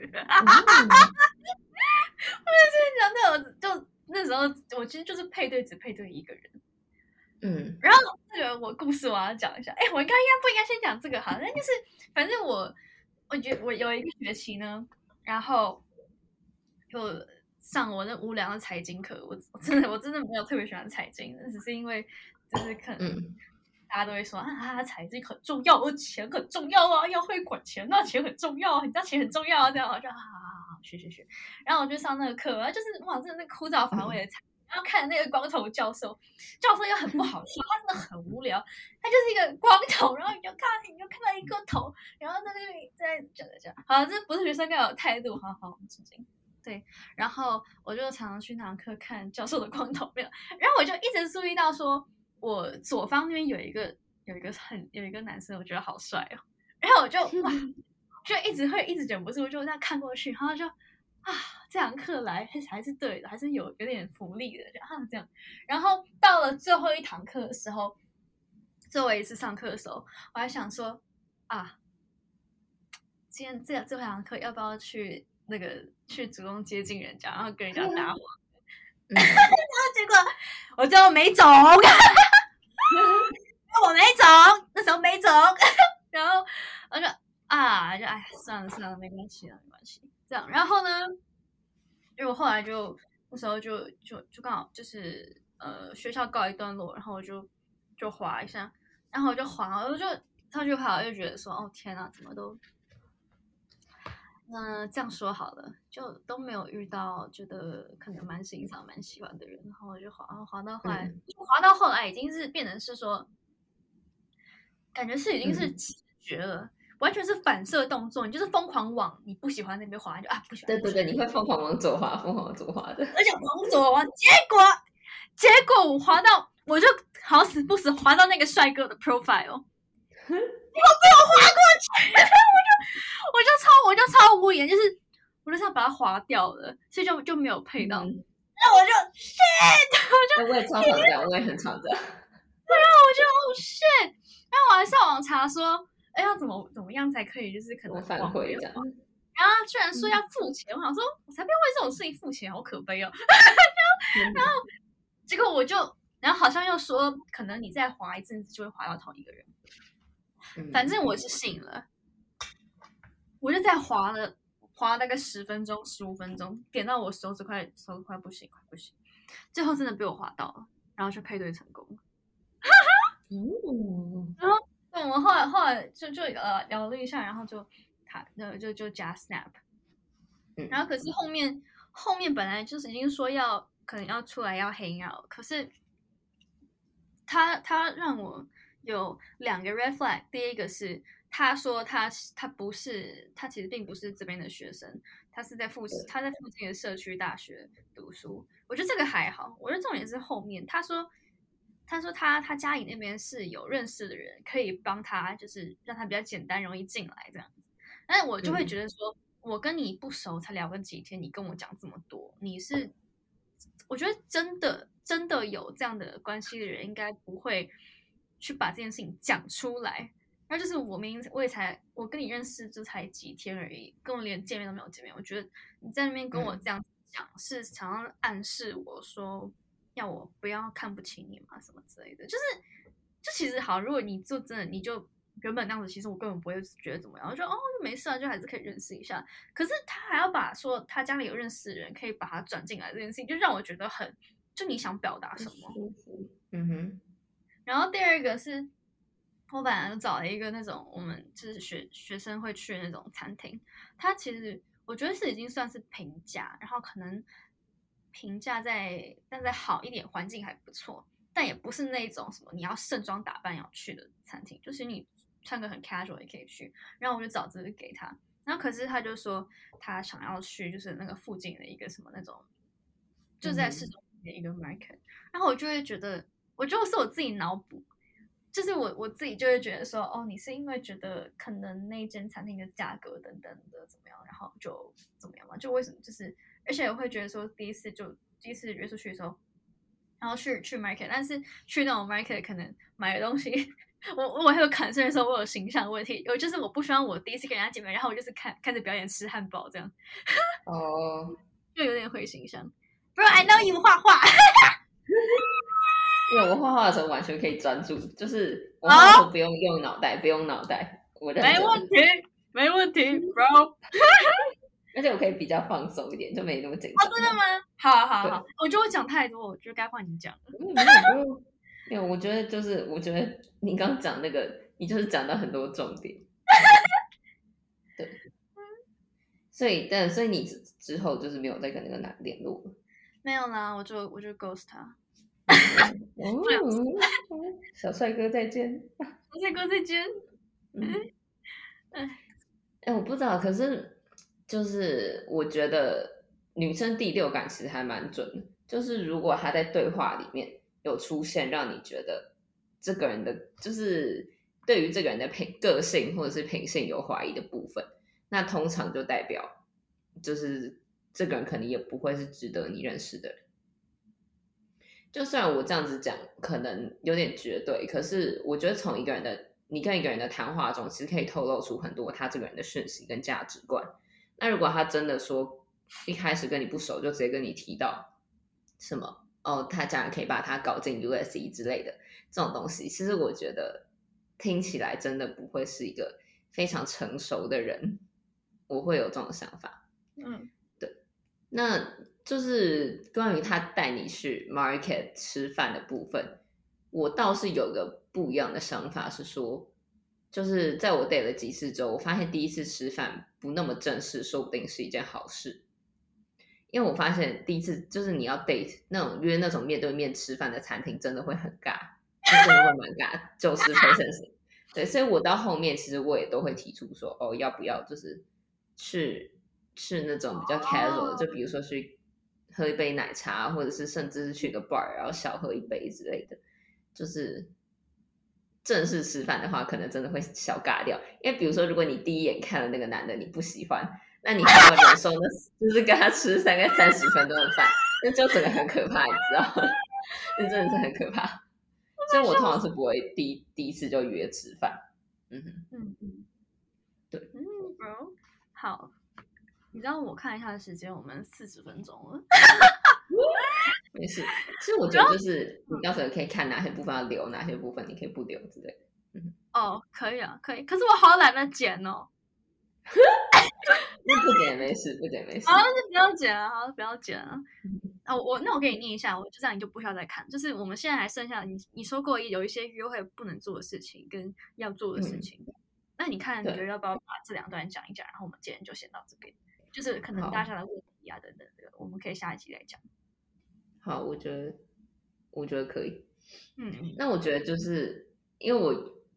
讲那种就那时候我其实就是配对只配对一个人。 嗯， 然后这个我故事我要讲一下，哎，我应该不应该先讲这个好？那就是反正我觉得我有一个学期呢，然后就上我那无聊的财经课，我真的没有特别喜欢财经，只是因为就是可能大家都会说啊，财经很重要，钱很重要啊，要会管钱，那钱很重要，你知道钱很重要啊，这样我就好学，然后我就上那个课，然后就是哇，真的那枯燥乏味的财。然后看那个光头教授又很不好笑，他真的很无聊，他就是一个光头，然后你就看到一个头，然后在那里在讲，好，这不是学生该有的态度，好，我们静静。对，然后我就常常去那堂课看教授的光头没有，然后我就一直注意到说，我左方那边有一个男生，我觉得好帅哦，然后我就哇，就一直忍不住就这样看过去，然后就这堂课来还是对的，还是有点福利的，这样。然后到了最后一堂课的时候，最后一次上课的时候，我还想说今天最后一堂课要不要去主动接近人家，然后跟人家搭话？然后结果我最后没走，我没走，那时候没走，然后我就算了，没关系，这样。然后呢，因为我后来那时候就刚好就是学校告一段落，然后我就滑一下，然后我就滑，我就上去滑，我就觉得说天哪，怎么都这样说好了，就都没有遇到觉得可能蛮欣赏、蛮喜欢的人，然后我就滑到后来，已经是变成是说，感觉是已经是直觉了。完全是反射动作，你就是疯狂往你不喜欢那边滑，你就不喜欢。 对，你会疯狂往左滑的， 而且往左滑，结果我滑到，我就好死不死滑到那个帅哥的 profile， 结果被我滑过去，我就超无言，就是我就这样把它滑掉了，所以就没有配到。然后我就 shit， 我也超常这样，我也很常这样。 然后我就shit， 然后我还上网查说。要怎么样才可以，就是可能反馈这样。 然后居然说要付钱，我想说，我才不要为这种事情付钱，好可悲哦。然后结果然后好像又说，可能你再滑一阵子就会滑到同一个人。反正我是信了，我就再滑大概10分钟、15分钟，点到我手指快不行，最后真的被我滑到了，然后就配对成功了。然后。对，我们后来就聊了一下，然后就加 Snap，然后可是后面本来就是已经说可能要出来要hang out，可是他让我有2个 red flag， 第一个是他说他其实并不是这边的学生，他在附近的社区大学读书，我觉得这个还好，我觉得重点是后面他说他家里那边是有认识的人，可以帮他，就是让他比较简单容易进来这样子。但是我就会觉得说， 我跟你不熟才聊个几天，你跟我讲这么多，我觉得真的有这样的关系的人，应该不会去把这件事情讲出来。那就是我跟你认识就才几天而已，跟我连见面都没有见面。我觉得你在那边跟我这样讲，是想要暗示我说要我不要看不起你嘛，什么之类的。就其实好，如果你就真的你就原本那样子，其实我根本不会觉得怎么样，我就就没事啊，就还是可以认识一下。可是他还要把说他家里有认识的人可以把他转进来这件事情，就让我觉得就你想表达什么？ 嗯哼。 然后第二个是。我本来就找了一个那种我们就是学生会去的那种餐厅，它其实我觉得是已经算是平价，然后可能平价但在好一点，环境还不错，但也不是那种什么你要盛装打扮要去的餐厅，就是你穿个很 casual 也可以去。然后我就找这个给他，然后可是他就说他想要去就是那个附近的一个什么那种，就在市中心的一个 market，然后我就会觉得，我觉得是我自己脑补。就是我自己就会觉得说，你是因为觉得可能那间餐厅的价格等等的怎么样，然后就怎么样嘛？就为什么就是，而且我会觉得说，第一次约出去的时候，然后去 market， 但是去那种 market 可能买的东西，我还有砍碎的时候，我有形象问题，就是我不希望我第一次跟人家见面，然后我就是开始表演吃汉堡这样，就有点毁形象。Bro, I know you 画画。 因为我画画的时候完全可以专注，就是我画的时候不用用脑袋，我认真。 没问题 ，bro。 而且我可以比较放松一点，就没那么紧张。 真的吗？好，我觉得我讲太多，我觉得该换你讲了。没有，我觉得你刚刚讲那个，你就是讲到很多重点。对，所以你之后就是没有再跟那个男联络了？ 没有啦，我就 ghost 他。 小帅哥再见。 小帅哥再见。 我不知道，可是就是我觉得女生第六感其实还蛮准的，就是如果他在对话里面有出现让你觉得这个人的就是对于这个人的个性或者是品性有怀疑的部分，那通常就代表就是这个人可能也不会是值得你认识的人。就虽然我这样子讲可能有点绝对，可是我觉得从你跟一个人的谈话中，其实可以透露出很多他这个人的讯息跟价值观。那如果他真的说一开始跟你不熟，就直接跟你提到什么他家人可以把他搞进 USC 之类的这种东西，其实我觉得听起来真的不会是一个非常成熟的人，我会有这种想法。对。那就是关于他带你去 market 吃饭的部分，我倒是有个不一样的想法，是说就是在我 date 了几次之后，我发现第一次吃饭不那么正式，说不定是一件好事。因为我发现第一次就是你要 date 约那种面对面吃饭的餐厅，真的会很尬，真的会蛮尬，90%。对，所以我到后面其实我也都会提出说，要不要就是去那种比较 casual 的，就比如说去喝一杯奶茶，或者是甚至是去个 bar， 然后小喝一杯之类的。就是正式吃饭的话，可能真的会小尬掉。因为比如说，如果你第一眼看了那个男的你不喜欢，那你还要忍受就是跟他吃大概30分钟的饭，那就整个很可怕，你知道吗？那真的是很可怕。所以我通常是不会第一次就约吃饭。对。 bro， 好。你知道我看一下时间，我们40分钟了。 没事，其实我觉得就是你到时候可以看哪些部分要留，哪些部分你可以不留之类的。 可以啊，可以。可是我好懒得剪哦。 那不剪也没事，不剪没事。 好，那就不要剪了，不要剪了。我给你念一下，我就这样你就不需要再看。就是我们现在还剩下你说过有一些约会不能做的事情跟要做的事情。那你看，你觉得要不要把这2段讲一讲？然后我们今天就先到这边。就是可能大家的问题啊等等的，我们可以下一集再讲。 好，我觉得可以。那我觉得就是因为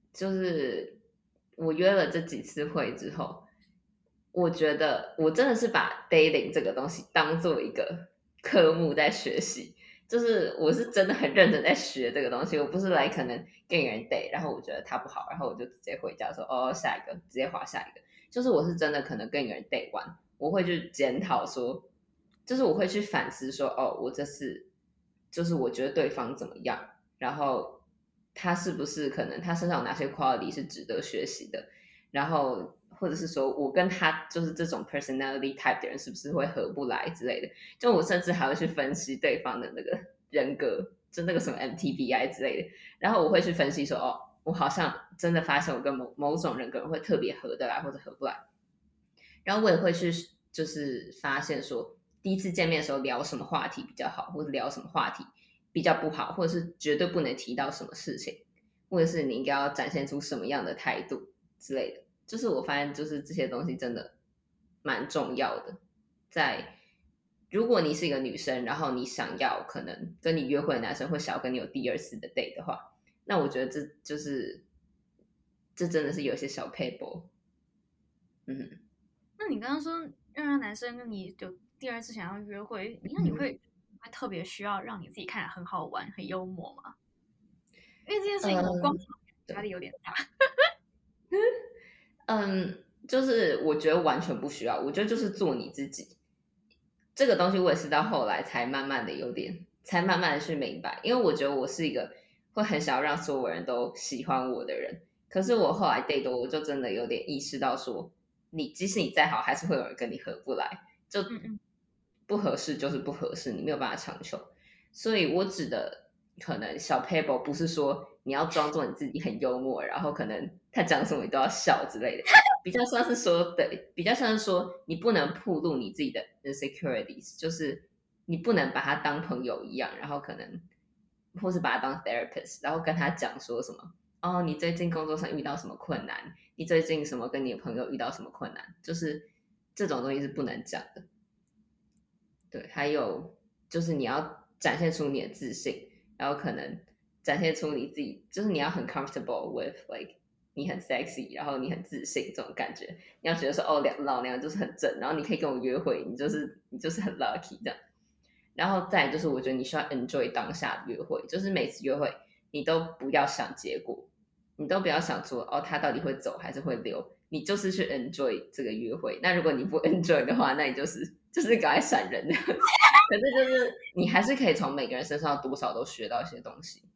我约了这几次会之后，我觉得我真的是把 dating 这个东西当做一个科目在学习， 就是我是真的很认真在学这个东西，我不是来可能跟一个人 date，然后我觉得他不好，然后我就直接回家说哦下一个，直接划下一个。就是我是真的可能跟一个人 date 完，我会去检讨说，就是我会去反思说，哦，我这次就是我觉得对方怎么样，然后他是不是可能他身上有哪些 quality 是值得学习的，然后或者是说我跟他就是这种 personality type 的人是不是会合不来之类的。就我甚至还会去分析对方的那个人格，就那个什么 MTBI 之类的，然后我会去分析说，哦，我好像真的发现我跟某种人格人会特别合得来或者合不来，然后我也会去就是发现说，第一次见面的时候聊什么话题比较好，或者聊什么话题比较不好，或者是绝对不能提到什么事情，或者是你应该要展现出什么样的态度之类的。就是我发现，就是这些东西真的蛮重要的。在如果你是一个女生，然后你想要可能跟你约会的男生会想要跟你有第二次的 date 的话，那我觉得这真的是有些小 paper。 那你刚刚说让男生跟你有第二次想要约会，那你会特别需要让你自己看起来很好玩、很幽默吗？因为这件事情我光压力有点大。 就是我觉得完全不需要，我觉得就是做你自己。这个东西我也是到后来才慢慢的去明白，因为我觉得我是一个会很想要让所有人都喜欢我的人，可是我后来 date 多，我就真的有点意识到说，即使你再好，还是会有人跟你合不来，就不合适就是不合适，你没有办法强求。所以我指的可能小 paper 不是说你要装作你自己很幽默，然后可能他讲什么你都要笑之类的，比较像是说你不能暴露你自己的 insecurities， 就是你不能把他当朋友一样，然后可能或是把他当 therapist， 然后跟他讲说什么哦，你最近工作上遇到什么困难，你最近什么跟你的朋友遇到什么困难，就是这种东西是不能讲的。对，还有就是你要展现出你的自信，然后可能展现出你自己，就是你要很 comfortable with like 你很 sexy， 然后你很自信这种感觉，你要觉得说哦，老娘就是很正，然后你可以跟我约会，你就是很 lucky 这样。然后再来就是我觉得你需要 enjoy 当下的约会，就是每次约会你都不要想结果，你都不要想说哦他到底会走还是会留，你就是去 enjoy 这个约会。那如果你不 enjoy 的话，那你就是赶快闪人这样子。可是就是你还是可以从每个人身上多少都学到一些东西。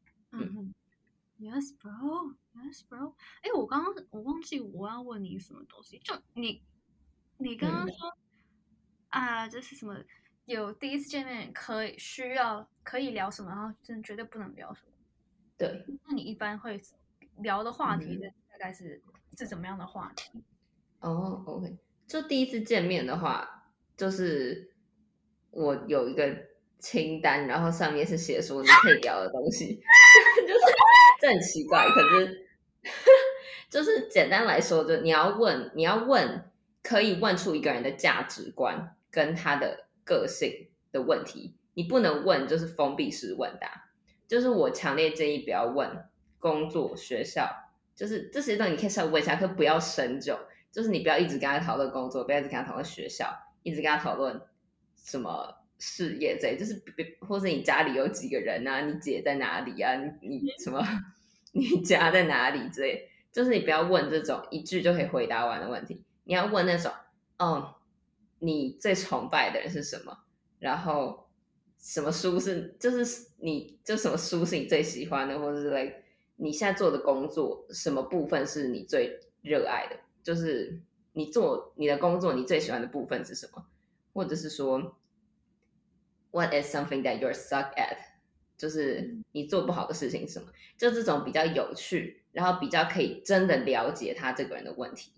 Yes bro, yes bro。哎，我忘记我要问你什么东西，就你刚刚说这是什么？有第一次见面可以聊什么，然后真的绝对不能聊什么。 对， 那你一般会聊的话题大概是怎么样的话题？ 哦，OK， 就第一次见面的话，就是我有一个清单，然后上面是写说你可以聊的东西，就是这很奇怪，可是就是简单来说，就你要问可以问出一个人的价值观跟他的个性的问题，你不能问就是封闭式问答。就是我强烈建议不要问工作、学校，就是这些东西你可以稍微问一下，可不要深究。就是你不要一直跟他讨论工作，不要一直跟他讨论学校，一直跟他讨论什么事业之类，就是或者你家里有几个人啊，你姐在哪里啊，你什么你家在哪里之类，就是你不要问这种一句就可以回答完的问题，你要问那种你最崇拜的人是什么，然后什么书是就是什么书是你最喜欢的，或者是 like 你现在做的工作什么部分是你最热爱的，就是你做你的工作你最喜欢的部分是什么，或者是说 what is something that you're stuck at， 就是你做不好的事情是什么，就这种比较有趣，然后比较可以真的了解他这个人的问题。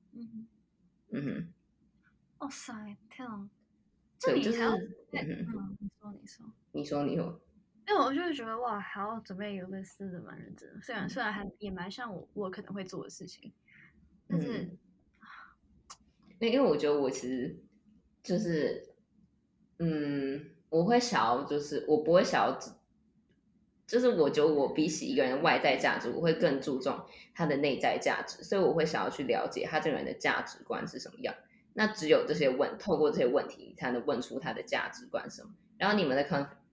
哇塞，天啊！ 对，就是你说， 因为我就会觉得哇，还要准备有类似的蛮认真的，虽然还也蛮像我可能会做的事情，但是因为我觉得我其实就是我会想要就是我不会想要就是我觉得我比起一个人外在价值，我会更注重他的内在价值，所以我会想要去了解他这个人的价值观是什么样。那只有透过这些问题，你才能问出他的价值观是什么。然后你们的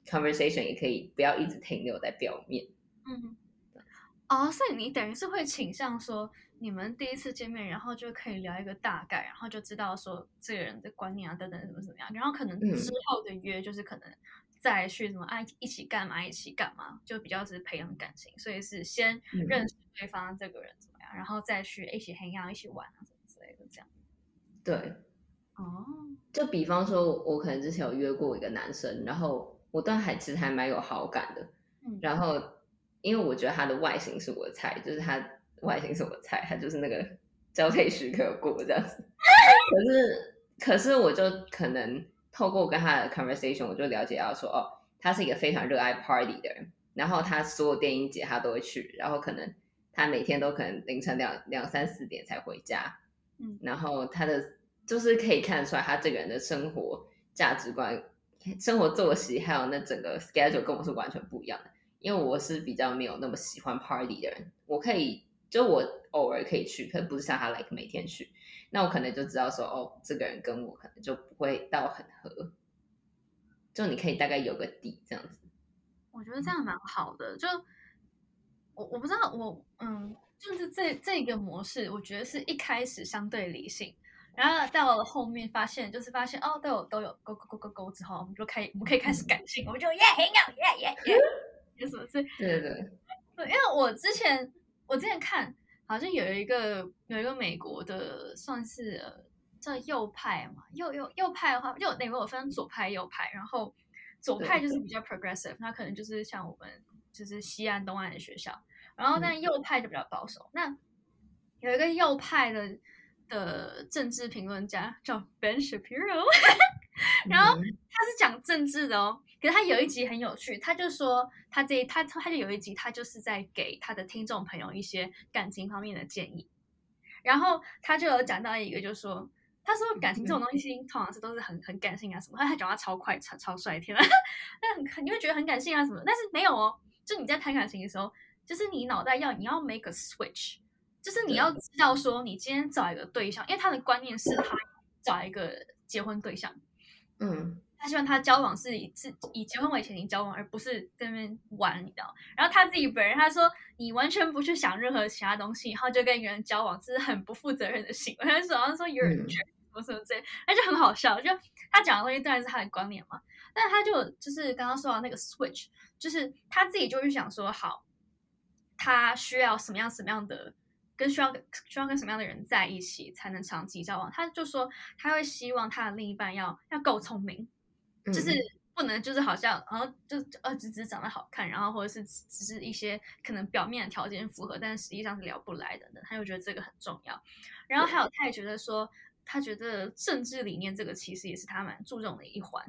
conversation 也可以不要一直停留在表面。 所以你等于是会倾向说，你们第一次见面，然后就可以聊一个大概，然后就知道说这个人的观念啊等等怎么样，然后可能之后的约就是可能再去什么一起干嘛，就比较是培养感情，所以是先认识对方这个人怎么样，然后再去一起 hang out 一起玩啊什么之类的这样。 对，就比方说我可能之前有约过一个男生，然后我对他其实还蛮有好感的，然后因为我觉得他的外形是我的菜，就是他外形是我的菜，他就是那个交配许可过这样子。可是我就可能透过跟他的 conversation， 我就了解到说，他是一个非常热爱 party 的人，然后他所有电影节他都会去，然后可能他每天都可能凌晨2、3、4点才回家，然后他的就是可以看得出来他这个人的生活价值观、生活作息还有那整个 schedule 跟我是完全不一样的。因为我是比较没有那么喜欢 party 的人，我偶尔可以去，可是不是像他 like 每天去，那我可能就知道说，这个人跟我可能就不会到很合，就你可以大概有个底这样子。 我觉得这样蛮好的，就我不知道就是这个模式，我觉得是一开始相对理性，然后到了后面发现都有勾之后，我们可以开始感性，我们就耶，有什么事？ 对， 因为我之前看，好像有一个美国的算是叫右派嘛，右派的话，就美国有分左派右派，然后左派就是比较 progressive，它可能就是像我们就是西岸东岸的学校，然后但右派就比较保守。那有一个右派的政治评论家叫 Ben Shapiro 然后他是讲政治的哦，可是他有一集很有趣，他就说他就有一集他就是在给他的听众朋友一些感情方面的建议，然后他就有讲到一个，就是说他说感情这种东西通常都是很感性啊什么，他讲话超快超帅，天啊，你会觉得很感性啊什么，但是没有哦，就你在谈感情的时候，就是你脑袋你要 make a switch， 就是你要知道说你今天找一个对象，因为他的观念是他找一个结婚对象，他希望他交往是以结婚为前提交往，而不是在那边玩，你知道？然后他自己本人他说，你完全不去想任何其他东西，然后就跟一个人交往，这是很不负责任的行为。他说 you're a jerk 什么之类，那就很好笑。就他讲的东西当然是他的观念嘛，但他就是刚刚说到那个 switch， 就是他自己就去想说，好，他需要什么样的。需要跟什么样的人在一起才能长期交往？他就说他会希望他的另一半要够聪明，就是不能就是好像只是长得好看，然后或者是只是一些可能表面的条件符合，但是实际上是聊不来的。他就觉得这个很重要。然后还有他也觉得说，他觉得政治理念这个其实也是他蛮注重的一环。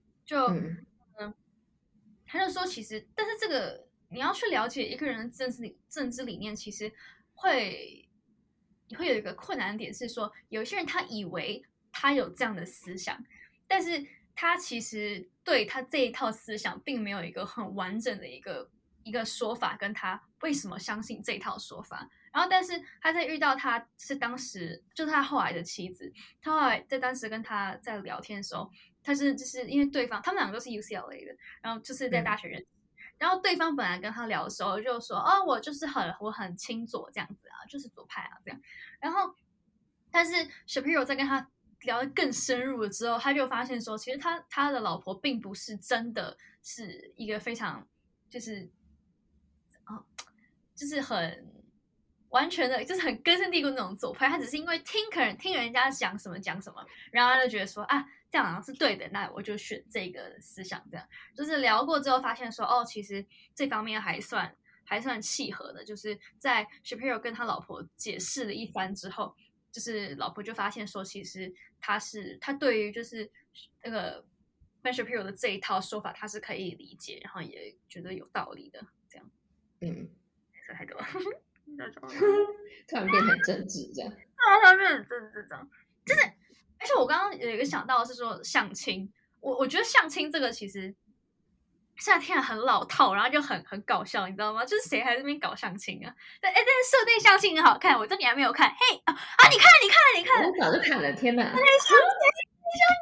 他就说其实，但是这个你要去了解一个人的政治理念，其实会有一个困难点是说，有些人他以为他有这样的思想，但是他其实对他这一套思想并没有一个很完整的一个说法，跟他为什么相信这一套说法。然后但是他在遇到他是当时就是他后来的妻子，他后来在当时跟他在聊天的时候，他就是因为对方他们两个都是 UCLA 的，然后就是在大学认识。然后对方本来跟他聊的时候就说，我就是我很亲左这样子啊，就是左派啊这样。然后但是 Shapiro 在跟他聊得更深入了之后，他就发现说，其实他的老婆并不是真的是一个非常就是很完全的，就是很根深蒂固那种左派，他只是因为听人家讲什么，然后他就觉得说这样好像是对的，那我就选这个思想。这样就是聊过之后发现说，其实这方面还算契合的。就是在 Shapiro 跟他老婆解释了一番之后，就是老婆就发现说，其实他对于就是那个 Ben Shapiro 的这一套说法，他是可以理解，然后也觉得有道理的。这样，说太多， 突然变成政治这样， 突然变成政治这样，就是。而且我刚刚有一个想到的是说相亲，我觉得相亲这个其实现在听起来很老套，然后就很搞笑，你知道吗？就是谁还在那边搞相亲啊？但是设定相亲很好看，我这里还没有看。嘿你看， 我早就看了，天哪！ 相亲，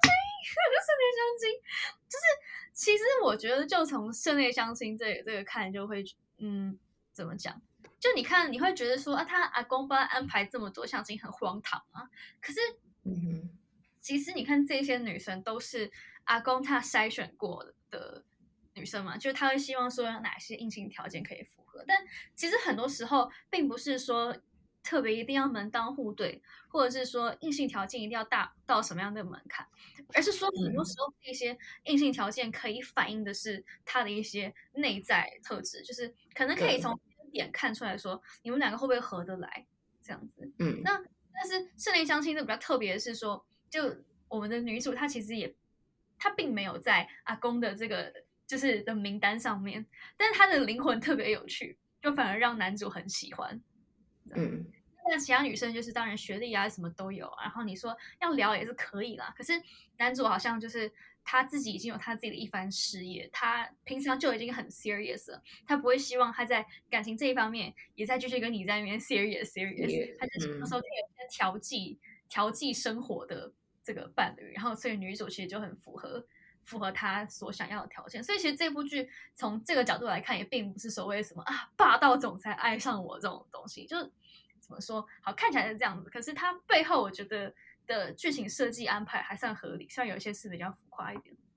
室内相亲就是其实我觉得就从室内相亲这个看就会怎么讲？就你看你会觉得说啊，他阿公帮他安排这么多相亲很荒唐啊，可是其实你看这些女生都是阿公他筛选过的女生嘛，就是他会希望说有哪些硬性条件可以符合，但其实很多时候并不是说特别一定要门当户对，或者是说硬性条件一定要大到什么样的门槛，而是说很多时候一些硬性条件可以反映的是他的一些内在特质，就是可能可以从点看出来说你们两个会不会合得来这样子。那但是室内相亲这比较特别的是说，就我们的女主她其实她并没有在阿公的这个就是的名单上面，但是她的灵魂特别有趣，就反而让男主很喜欢。那其他女生就是当然学历啊什么都有，然后你说要聊也是可以啦，可是男主好像就是他自己已经有他自己的一番事业，他平常就已经很 serious 了，他不会希望他在感情这一方面也再继续跟你在那边 serious， 他就有时候可以有些调剂生活的这个伴侣，然后所以女主其实就很符合他所想要的条件，所以其实这部剧从这个角度来看，也并不是所谓什么啊霸道总裁爱上我这种东西，就是怎么说好看起来是这样子，可是它背后我觉得的剧情设计安排还算合理，虽然有些是比较浮夸一点。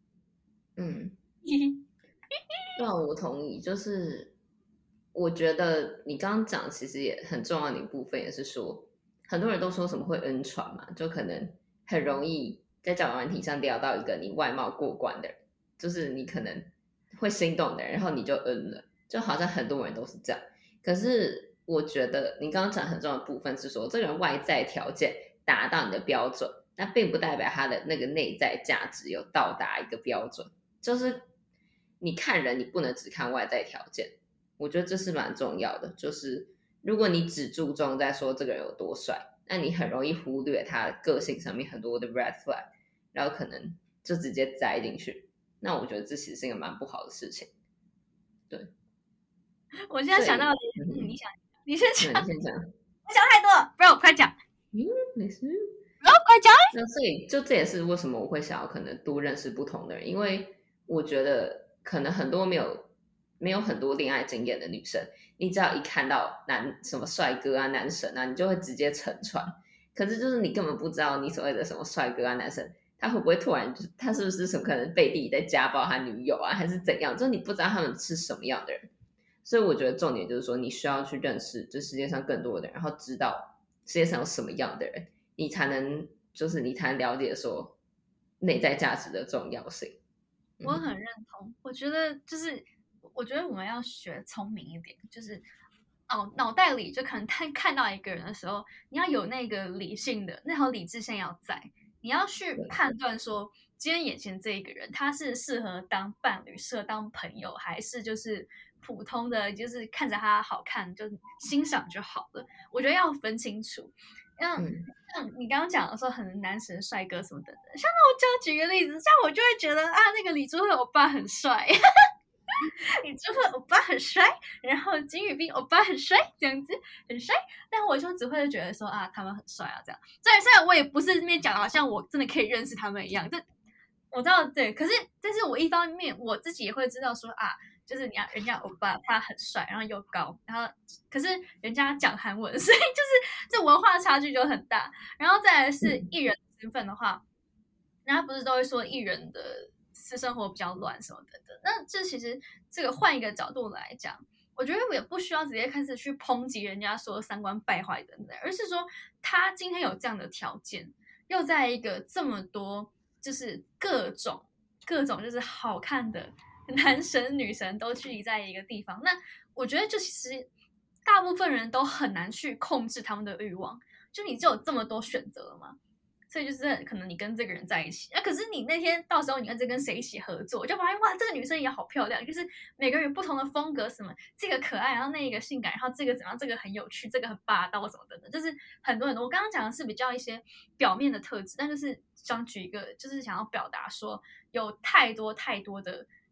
对啊，我同意，就是我觉得你刚刚讲其实也很重要的一部分，也是说很多人都说什么会晕船嘛，就可能很容易在交友软体上聊到一个你外貌过关的人，就是你可能会心动的人，然后你就了，就好像很多人都是这样。可是我觉得你刚刚讲很重要的部分是说，这个人外在条件达到你的标准，那并不代表他的那个内在价值有到达一个标准，就是你看人你不能只看外在条件，我觉得这是蛮重要的，就是如果你只注重在说这个人有多帅，那你很容易忽略他个性上面很多的 red flag， 然后可能就直接栽进去，那我觉得这其实是一个蛮不好的事情。对， 我现在想到你先讲， 你先讲， 我想太多了，不然我快讲。 没事， 快讲。 那所以就这也是为什么我会想要可能多认识不同的人，因为我觉得可能很多没有很多恋爱经验的女生，你只要一看到什么帅哥啊男神啊，你就会直接沉船。可是就是你根本不知道你所谓的什么帅哥啊男神，他会不会突然他是不是什么可能背地里在家暴他女友啊，还是怎样，就是你不知道他们是什么样的人。所以我觉得重点就是说，你需要去认识这世界上更多的人，然后知道世界上有什么样的人，你才能了解说内在价值的重要性。 我很认同，我觉得我们要学聪明一点，就是脑袋里就可能看到一个人的时候，你要有那个理性的那条理智线要在，你要去判断说今天眼前这一个人他是适合当伴侣、适合当朋友，还是就是普通的，就是看着他好看就欣赏就好了。我觉得要分清楚。像你刚刚讲的说，很男神、帅哥什么等等，像那我就举个例子，像我就会觉得啊，那个李朱慧欧巴很帅，李朱慧欧巴很帅，然后金宇彬欧巴很帅，这样子很帅，但我就只会觉得说啊，他们很帅啊，这样。虽然我也不是那边讲的好像我真的可以认识他们一样，但我知道对，但是我一方面我自己也会知道说啊。就是人家欧巴他很帅，然后又高，然后可是人家讲韩文，所以就是这文化差距就很大。然后再来是艺人身份的话，人家不是都会说艺人的私生活比较乱什么的。那这其实这个换一个角度来讲，我觉得我也不需要直接开始去抨击人家说三观败坏等等，而是说他今天有这样的条件，又在一个这么多就是各种就是好看的。男神女神都聚集在一个地方，那我觉得就其实大部分人都很难去控制他们的欲望，就你就有这么多选择了嘛，所以就是可能你跟这个人在一起，可是你那天到时候你要跟谁一起合作，就发现哇，这个女生也好漂亮，就是每个人有不同的风格，什么这个可爱，然后那个性感，然后这个怎样，这个很有趣，这个很霸道什么的，就是很多。我刚刚讲的是比较一些表面的特质，但就是想举一个，就是想要表达说有太多的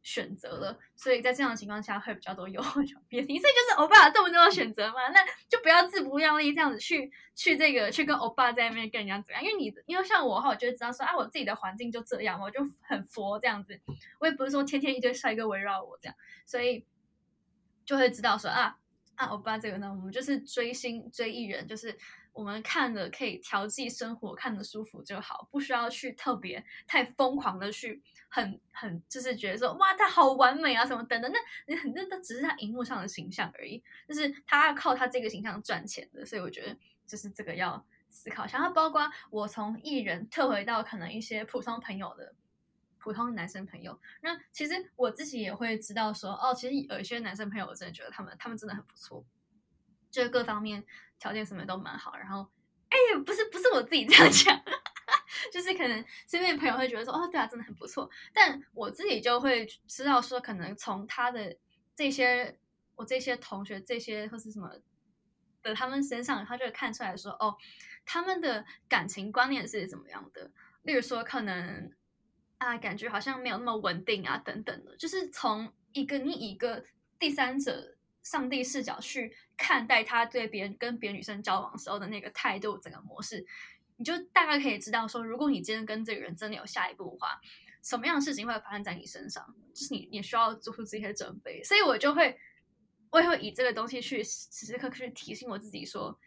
选择了，所以在这样的情况下会比较多诱惑小别离，所以就是欧巴有这么多的选择嘛，那就不要自不量力这样子去跟欧巴在那边跟人家怎样，因为像我的话，我就会知道说我自己的环境就这样，我就很佛这样子，我也不是说天天一堆帅哥围绕我这样，所以就会知道说欧巴这个呢，我们就是追星追艺人，就是我们看了可以调剂生活，看得舒服就好，不需要去特别太疯狂的去很就是觉得说哇他好完美啊什么等等，那都只是他荧幕上的形象而已，就是他要靠他这个形象赚钱的，所以我觉得就是这个要思考一下。它包括我从艺人退回到可能一些普通朋友的。普通男生朋友，那其实我自己也会知道说，其实有一些男生朋友，我真的觉得他们真的很不错，就是各方面条件什么都蛮好。然后，不是我自己这样讲，就是可能身边的朋友会觉得说，对啊，真的很不错。但我自己就会知道说，可能从他的我这些同学这些或是什么的他们身上，他就会看出来说，他们的感情观念是怎么样的。例如说，可能。感觉好像没有那么稳定啊，等等的，就是从你以一个第三者、上帝视角去看待他对跟别的女生交往时候的那个态度，整个模式，你就大概可以知道说，如果你今天跟这个人真的有下一步的话，什么样的事情会发生在你身上，就是你需要做出这些准备。所以我也会以这个东西去时时刻刻去提醒我自己说，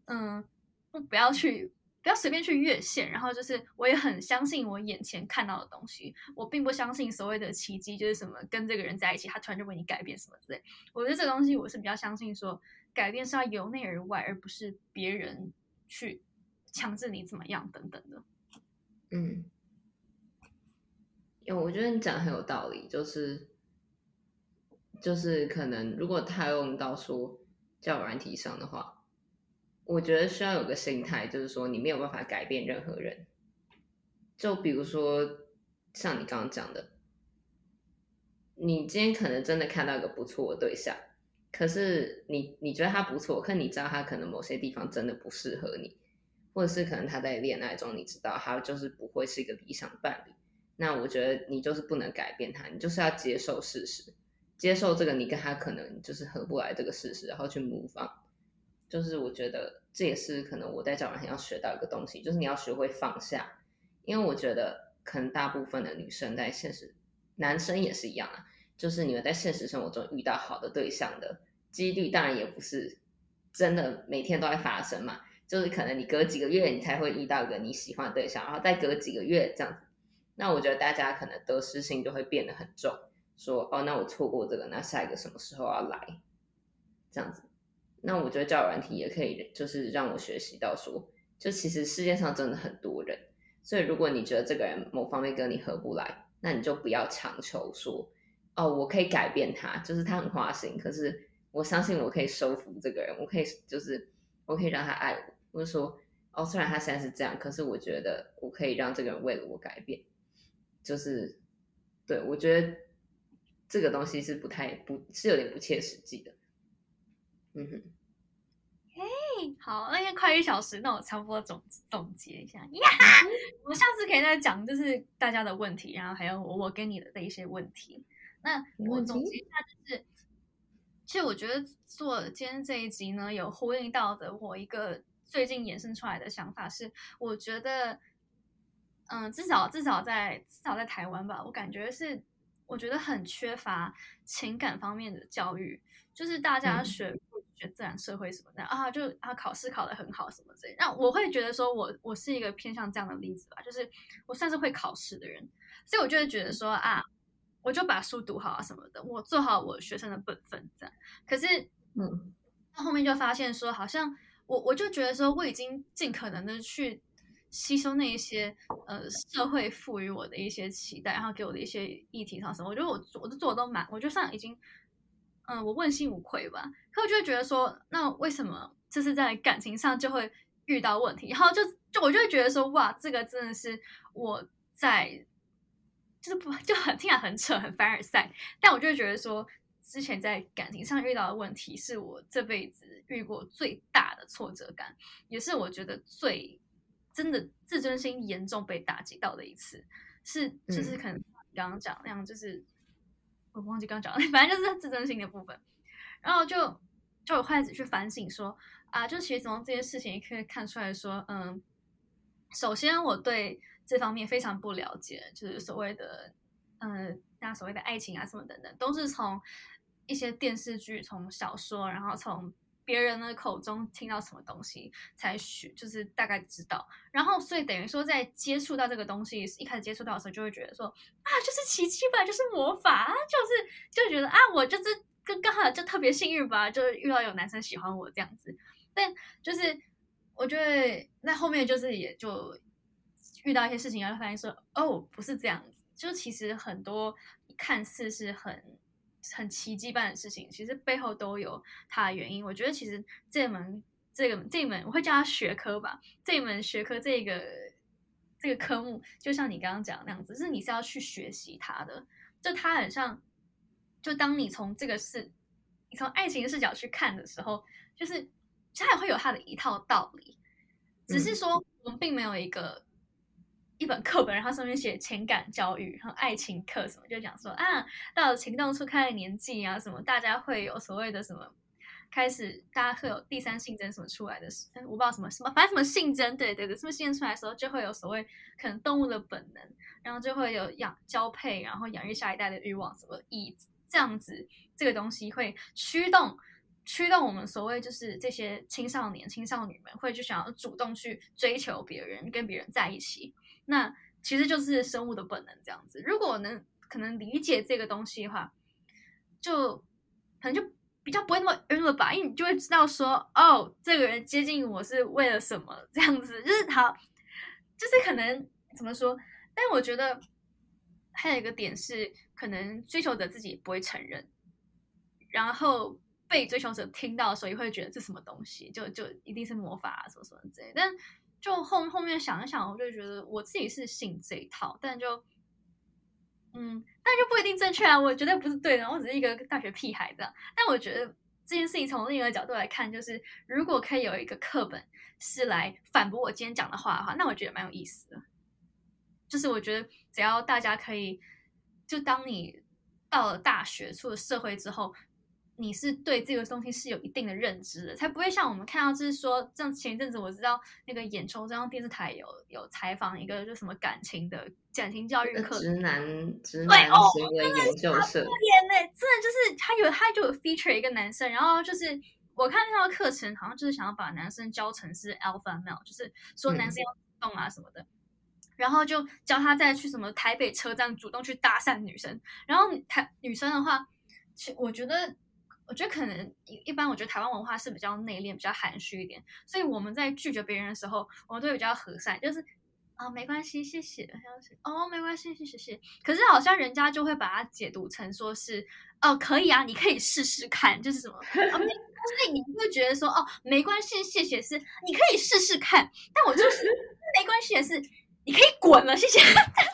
不要随便去越线，然后就是我也很相信我眼前看到的东西，我并不相信所谓的奇迹，就是什么跟这个人在一起，他突然就为你改变什么之类。我觉得这个东西我是比较相信说，改变是要由内而外，而不是别人去强制你怎么样等等的。 因为我觉得你讲的很有道理，就是可能如果他用到说交友软体上的话。我觉得需要有个心态，就是说你没有办法改变任何人。就比如说像你刚刚讲的，你今天可能真的看到一个不错的对象，可是你觉得他不错，可你知道他可能某些地方真的不适合你，或者是可能他在恋爱中你知道他就是不会是一个理想伴侣，那我觉得你就是不能改变他，你就是要接受事实，接受这个你跟他可能就是合不来这个事实，然后去 move on。就是我觉得这也是可能我在交友软件要学到一个东西，就是你要学会放下。因为我觉得可能大部分的女生在现实，男生也是一样啊，就是你们在现实生活中遇到好的对象的几率当然也不是真的每天都在发生嘛，就是可能你隔几个月你才会遇到一个你喜欢的对象，然后再隔几个月这样子。那我觉得大家可能得失心就会变得很重，说那我错过这个，那下一个什么时候要来这样子。那我觉得交友软体也可以就是让我学习到说，就其实世界上真的很多人，所以如果你觉得这个人某方面跟你合不来，那你就不要强求说我可以改变他，就是他很花心，可是我相信我可以收服这个人，我可以让他爱我，或者说虽然他现在是这样，可是我觉得我可以让这个人为了我改变。就是对，我觉得这个东西是是有点不切实际的。 好，那快1小时，那我差不多总结一下呀。我们下次可以再讲，就是大家的问题，然后还有我跟你的一些问题。那我总结一下，就是其实我觉得做今天这一集呢，有呼应到的我一个最近衍生出来的想法是，我觉得，至少在台湾吧，我感觉是，我觉得很缺乏情感方面的教育，就是大家学自然社会什么的就考试考得很好什么之类的。那我会觉得说我是一个偏向这样的例子吧，就是我算是会考试的人，所以我就会觉得说我就把书读好啊什么的，我做好我学生的本分这样。可是到后面就发现说，好像我就觉得说，我已经尽可能的去吸收那一些社会赋予我的一些期待，然后给我的一些议题上什么，我觉得我都做的都我就算已经我问心无愧吧。可我就会觉得说，那为什么这是在感情上就会遇到问题？然后我就会觉得说，哇，这个真的是我在就很听起来很扯很凡尔赛，但我就会觉得说，之前在感情上遇到的问题是我这辈子遇过最大的挫折感，也是我觉得最真的自尊心严重被打击到的一次。就是可能刚刚讲那样，就是我忘记刚讲了，反正就是自尊心的部分。然后就有开始去反省说啊，就其实从这些事情也可以看出来说，首先我对这方面非常不了解，就是所谓的那所谓的爱情啊什么等等，都是从一些电视剧、从小说，然后从别人的口中听到什么东西才就是大概知道。然后所以等于说在接触到这个东西，一开始接触到的时候，就会觉得说啊，就是奇迹吧，就是魔法，就觉得啊，我就是刚好就特别幸运吧，就是遇到有男生喜欢我这样子。但就是我觉得那后面就是也就遇到一些事情，然后发现说哦，不是这样子，就其实很多看似是很奇迹般的事情，其实背后都有它的原因。我觉得其实这一门我会叫它学科吧，这一门学科这个科目，就像你刚刚讲的那样子，就是你是要去学习它的，就它很像，就当你从你从爱情的视角去看的时候，就是它也会有它的一套道理，只是说我们并没有一本课本，然后上面写情感教育，然后爱情课什么，就讲说啊，到了情窦初开的年纪啊，什么大家会有所谓的什么，开始大家会有第三性征什么出来的，我不知道什么，反正什么性征，对，什么性征出来的时候，就会有所谓可能动物的本能，然后就会有交配，然后养育下一代的欲望，什么以这样子，这个东西会驱动我们所谓就是这些青少年、青少女们会就想要主动去追求别人，跟别人在一起。那其实就是生物的本能这样子。如果可能理解这个东西的话，就可能就比较不会那么晕了吧，因为你就会知道说，哦，这个人接近我是为了什么这样子，就是好，就是可能怎么说？但我觉得还有一个点是，可能追求者自己不会承认，然后被追求者听到的时候，也会觉得这什么东西，就一定是魔法啊什么什么之类的。但就后面想一想，我就觉得我自己是信这一套，但就不一定正确啊，我绝对不是对的，我只是一个大学屁孩这样。但我觉得这件事情从另一个角度来看，就是如果可以有一个课本是来反驳我今天讲的话，那我觉得蛮有意思的。就是我觉得只要大家可以，就当你到了大学、出了社会之后，你是对这个东西是有一定的认知的，才不会像我们看到，就是说，像前一阵子我知道那个眼球中央电视台有采访一个就什么感情教育课， 直男行为研究社， 真的就是他就有 feature 一个男生，然后就是我看那套课程好像就是想要把男生教成是 alpha male，就是说男生要主动啊什么的。然后就教他再去什么台北车站主动去搭讪女生，然后女生的话，我觉得可能一般，我觉得台湾文化是比较内敛、比较含蓄一点，所以我们在拒绝别人的时候，我们都会比较和善，就是没关系，谢谢，没关系，谢谢。可是好像人家就会把它解读成说是可以啊，你可以试试看，就是什么所以你会觉得说没关系，谢谢是你可以试试看，但我就是没关系的是。你可以滚了，谢谢。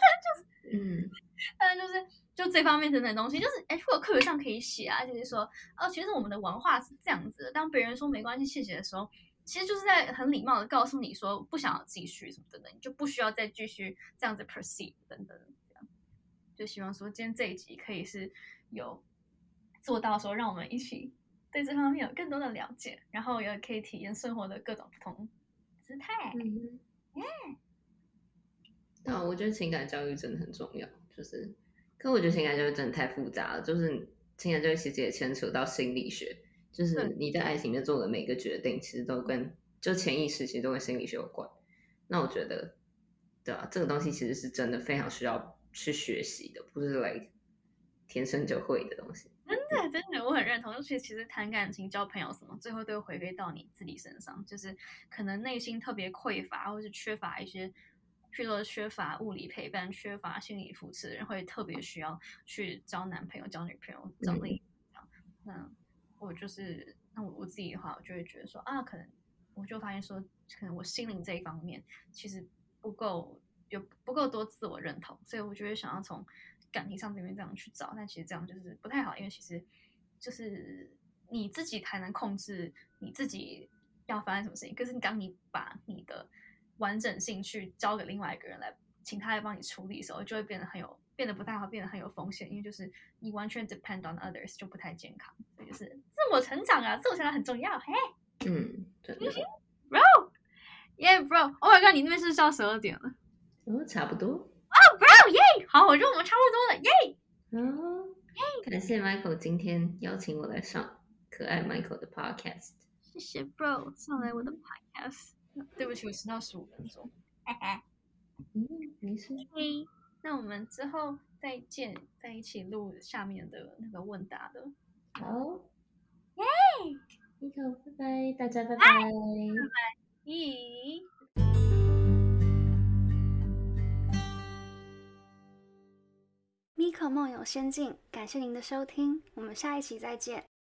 但是就这方面等等东西，就是或者课本上可以写啊，就是说其实我们的文化是这样子的。当别人说没关系、谢谢的时候，其实就是在很礼貌的告诉你说不想要继续什么等等，你就不需要再继续这样子 proceed 等等。这样就希望说今天这一集可以是有做到说，让我们一起对这方面有更多的了解，然后也可以体验生活的各种不同姿态。 对啊，我觉得情感教育真的很重要，可我觉得情感教育真的太复杂了，就是情感教育其实也牵扯到心理学，就是你在爱情里面做的每个决定，其实都跟就潜意识其实都跟心理学有关。那我觉得，对啊，这个东西其实是真的非常需要去学习的，不是来天生就会的东西。 真的，我很认同。其实谈感情、交朋友什么，最后都会回归到你自己身上，就是可能内心特别匮乏，或是缺乏一些，譬如说缺乏物理陪伴、缺乏心理扶持的人，会特别需要去交男朋友、交女朋友、找另一半。那我自己的话，我就会觉得说可能我就发现说，可能我心灵这一方面其实不够多自我认同，所以我就会想要从感情上这边这样去找，但其实这样就是不太好，因为其实就是你自己才能控制你自己要发生什么事情。可是当你把你的完整性去交给另外一个人来，请他来帮你处理的时候，就会变得变得不太好，变得很有风险，因为就是你完全 depend on others 就不太健康，所以就是自我成长啊，自我成长很重要，嘿， 真的。 bro，yeah bro，Oh my god， 你那边是不是要12点了？ 差不多。 bro，耶，好，我觉得我们差不多了，耶。 感谢 Michael 今天邀请我来上可爱 Michael 的 podcast。 谢谢 bro 上来我的 podcast。对不起，我迟到15分钟。 没事。 那我们之后再见，再一起录下面的那个问答的。 好， 耶 ，Nico，拜拜，大家拜拜。 咦。 Miko 梦游仙境，感谢您的收听，我们下一期再见。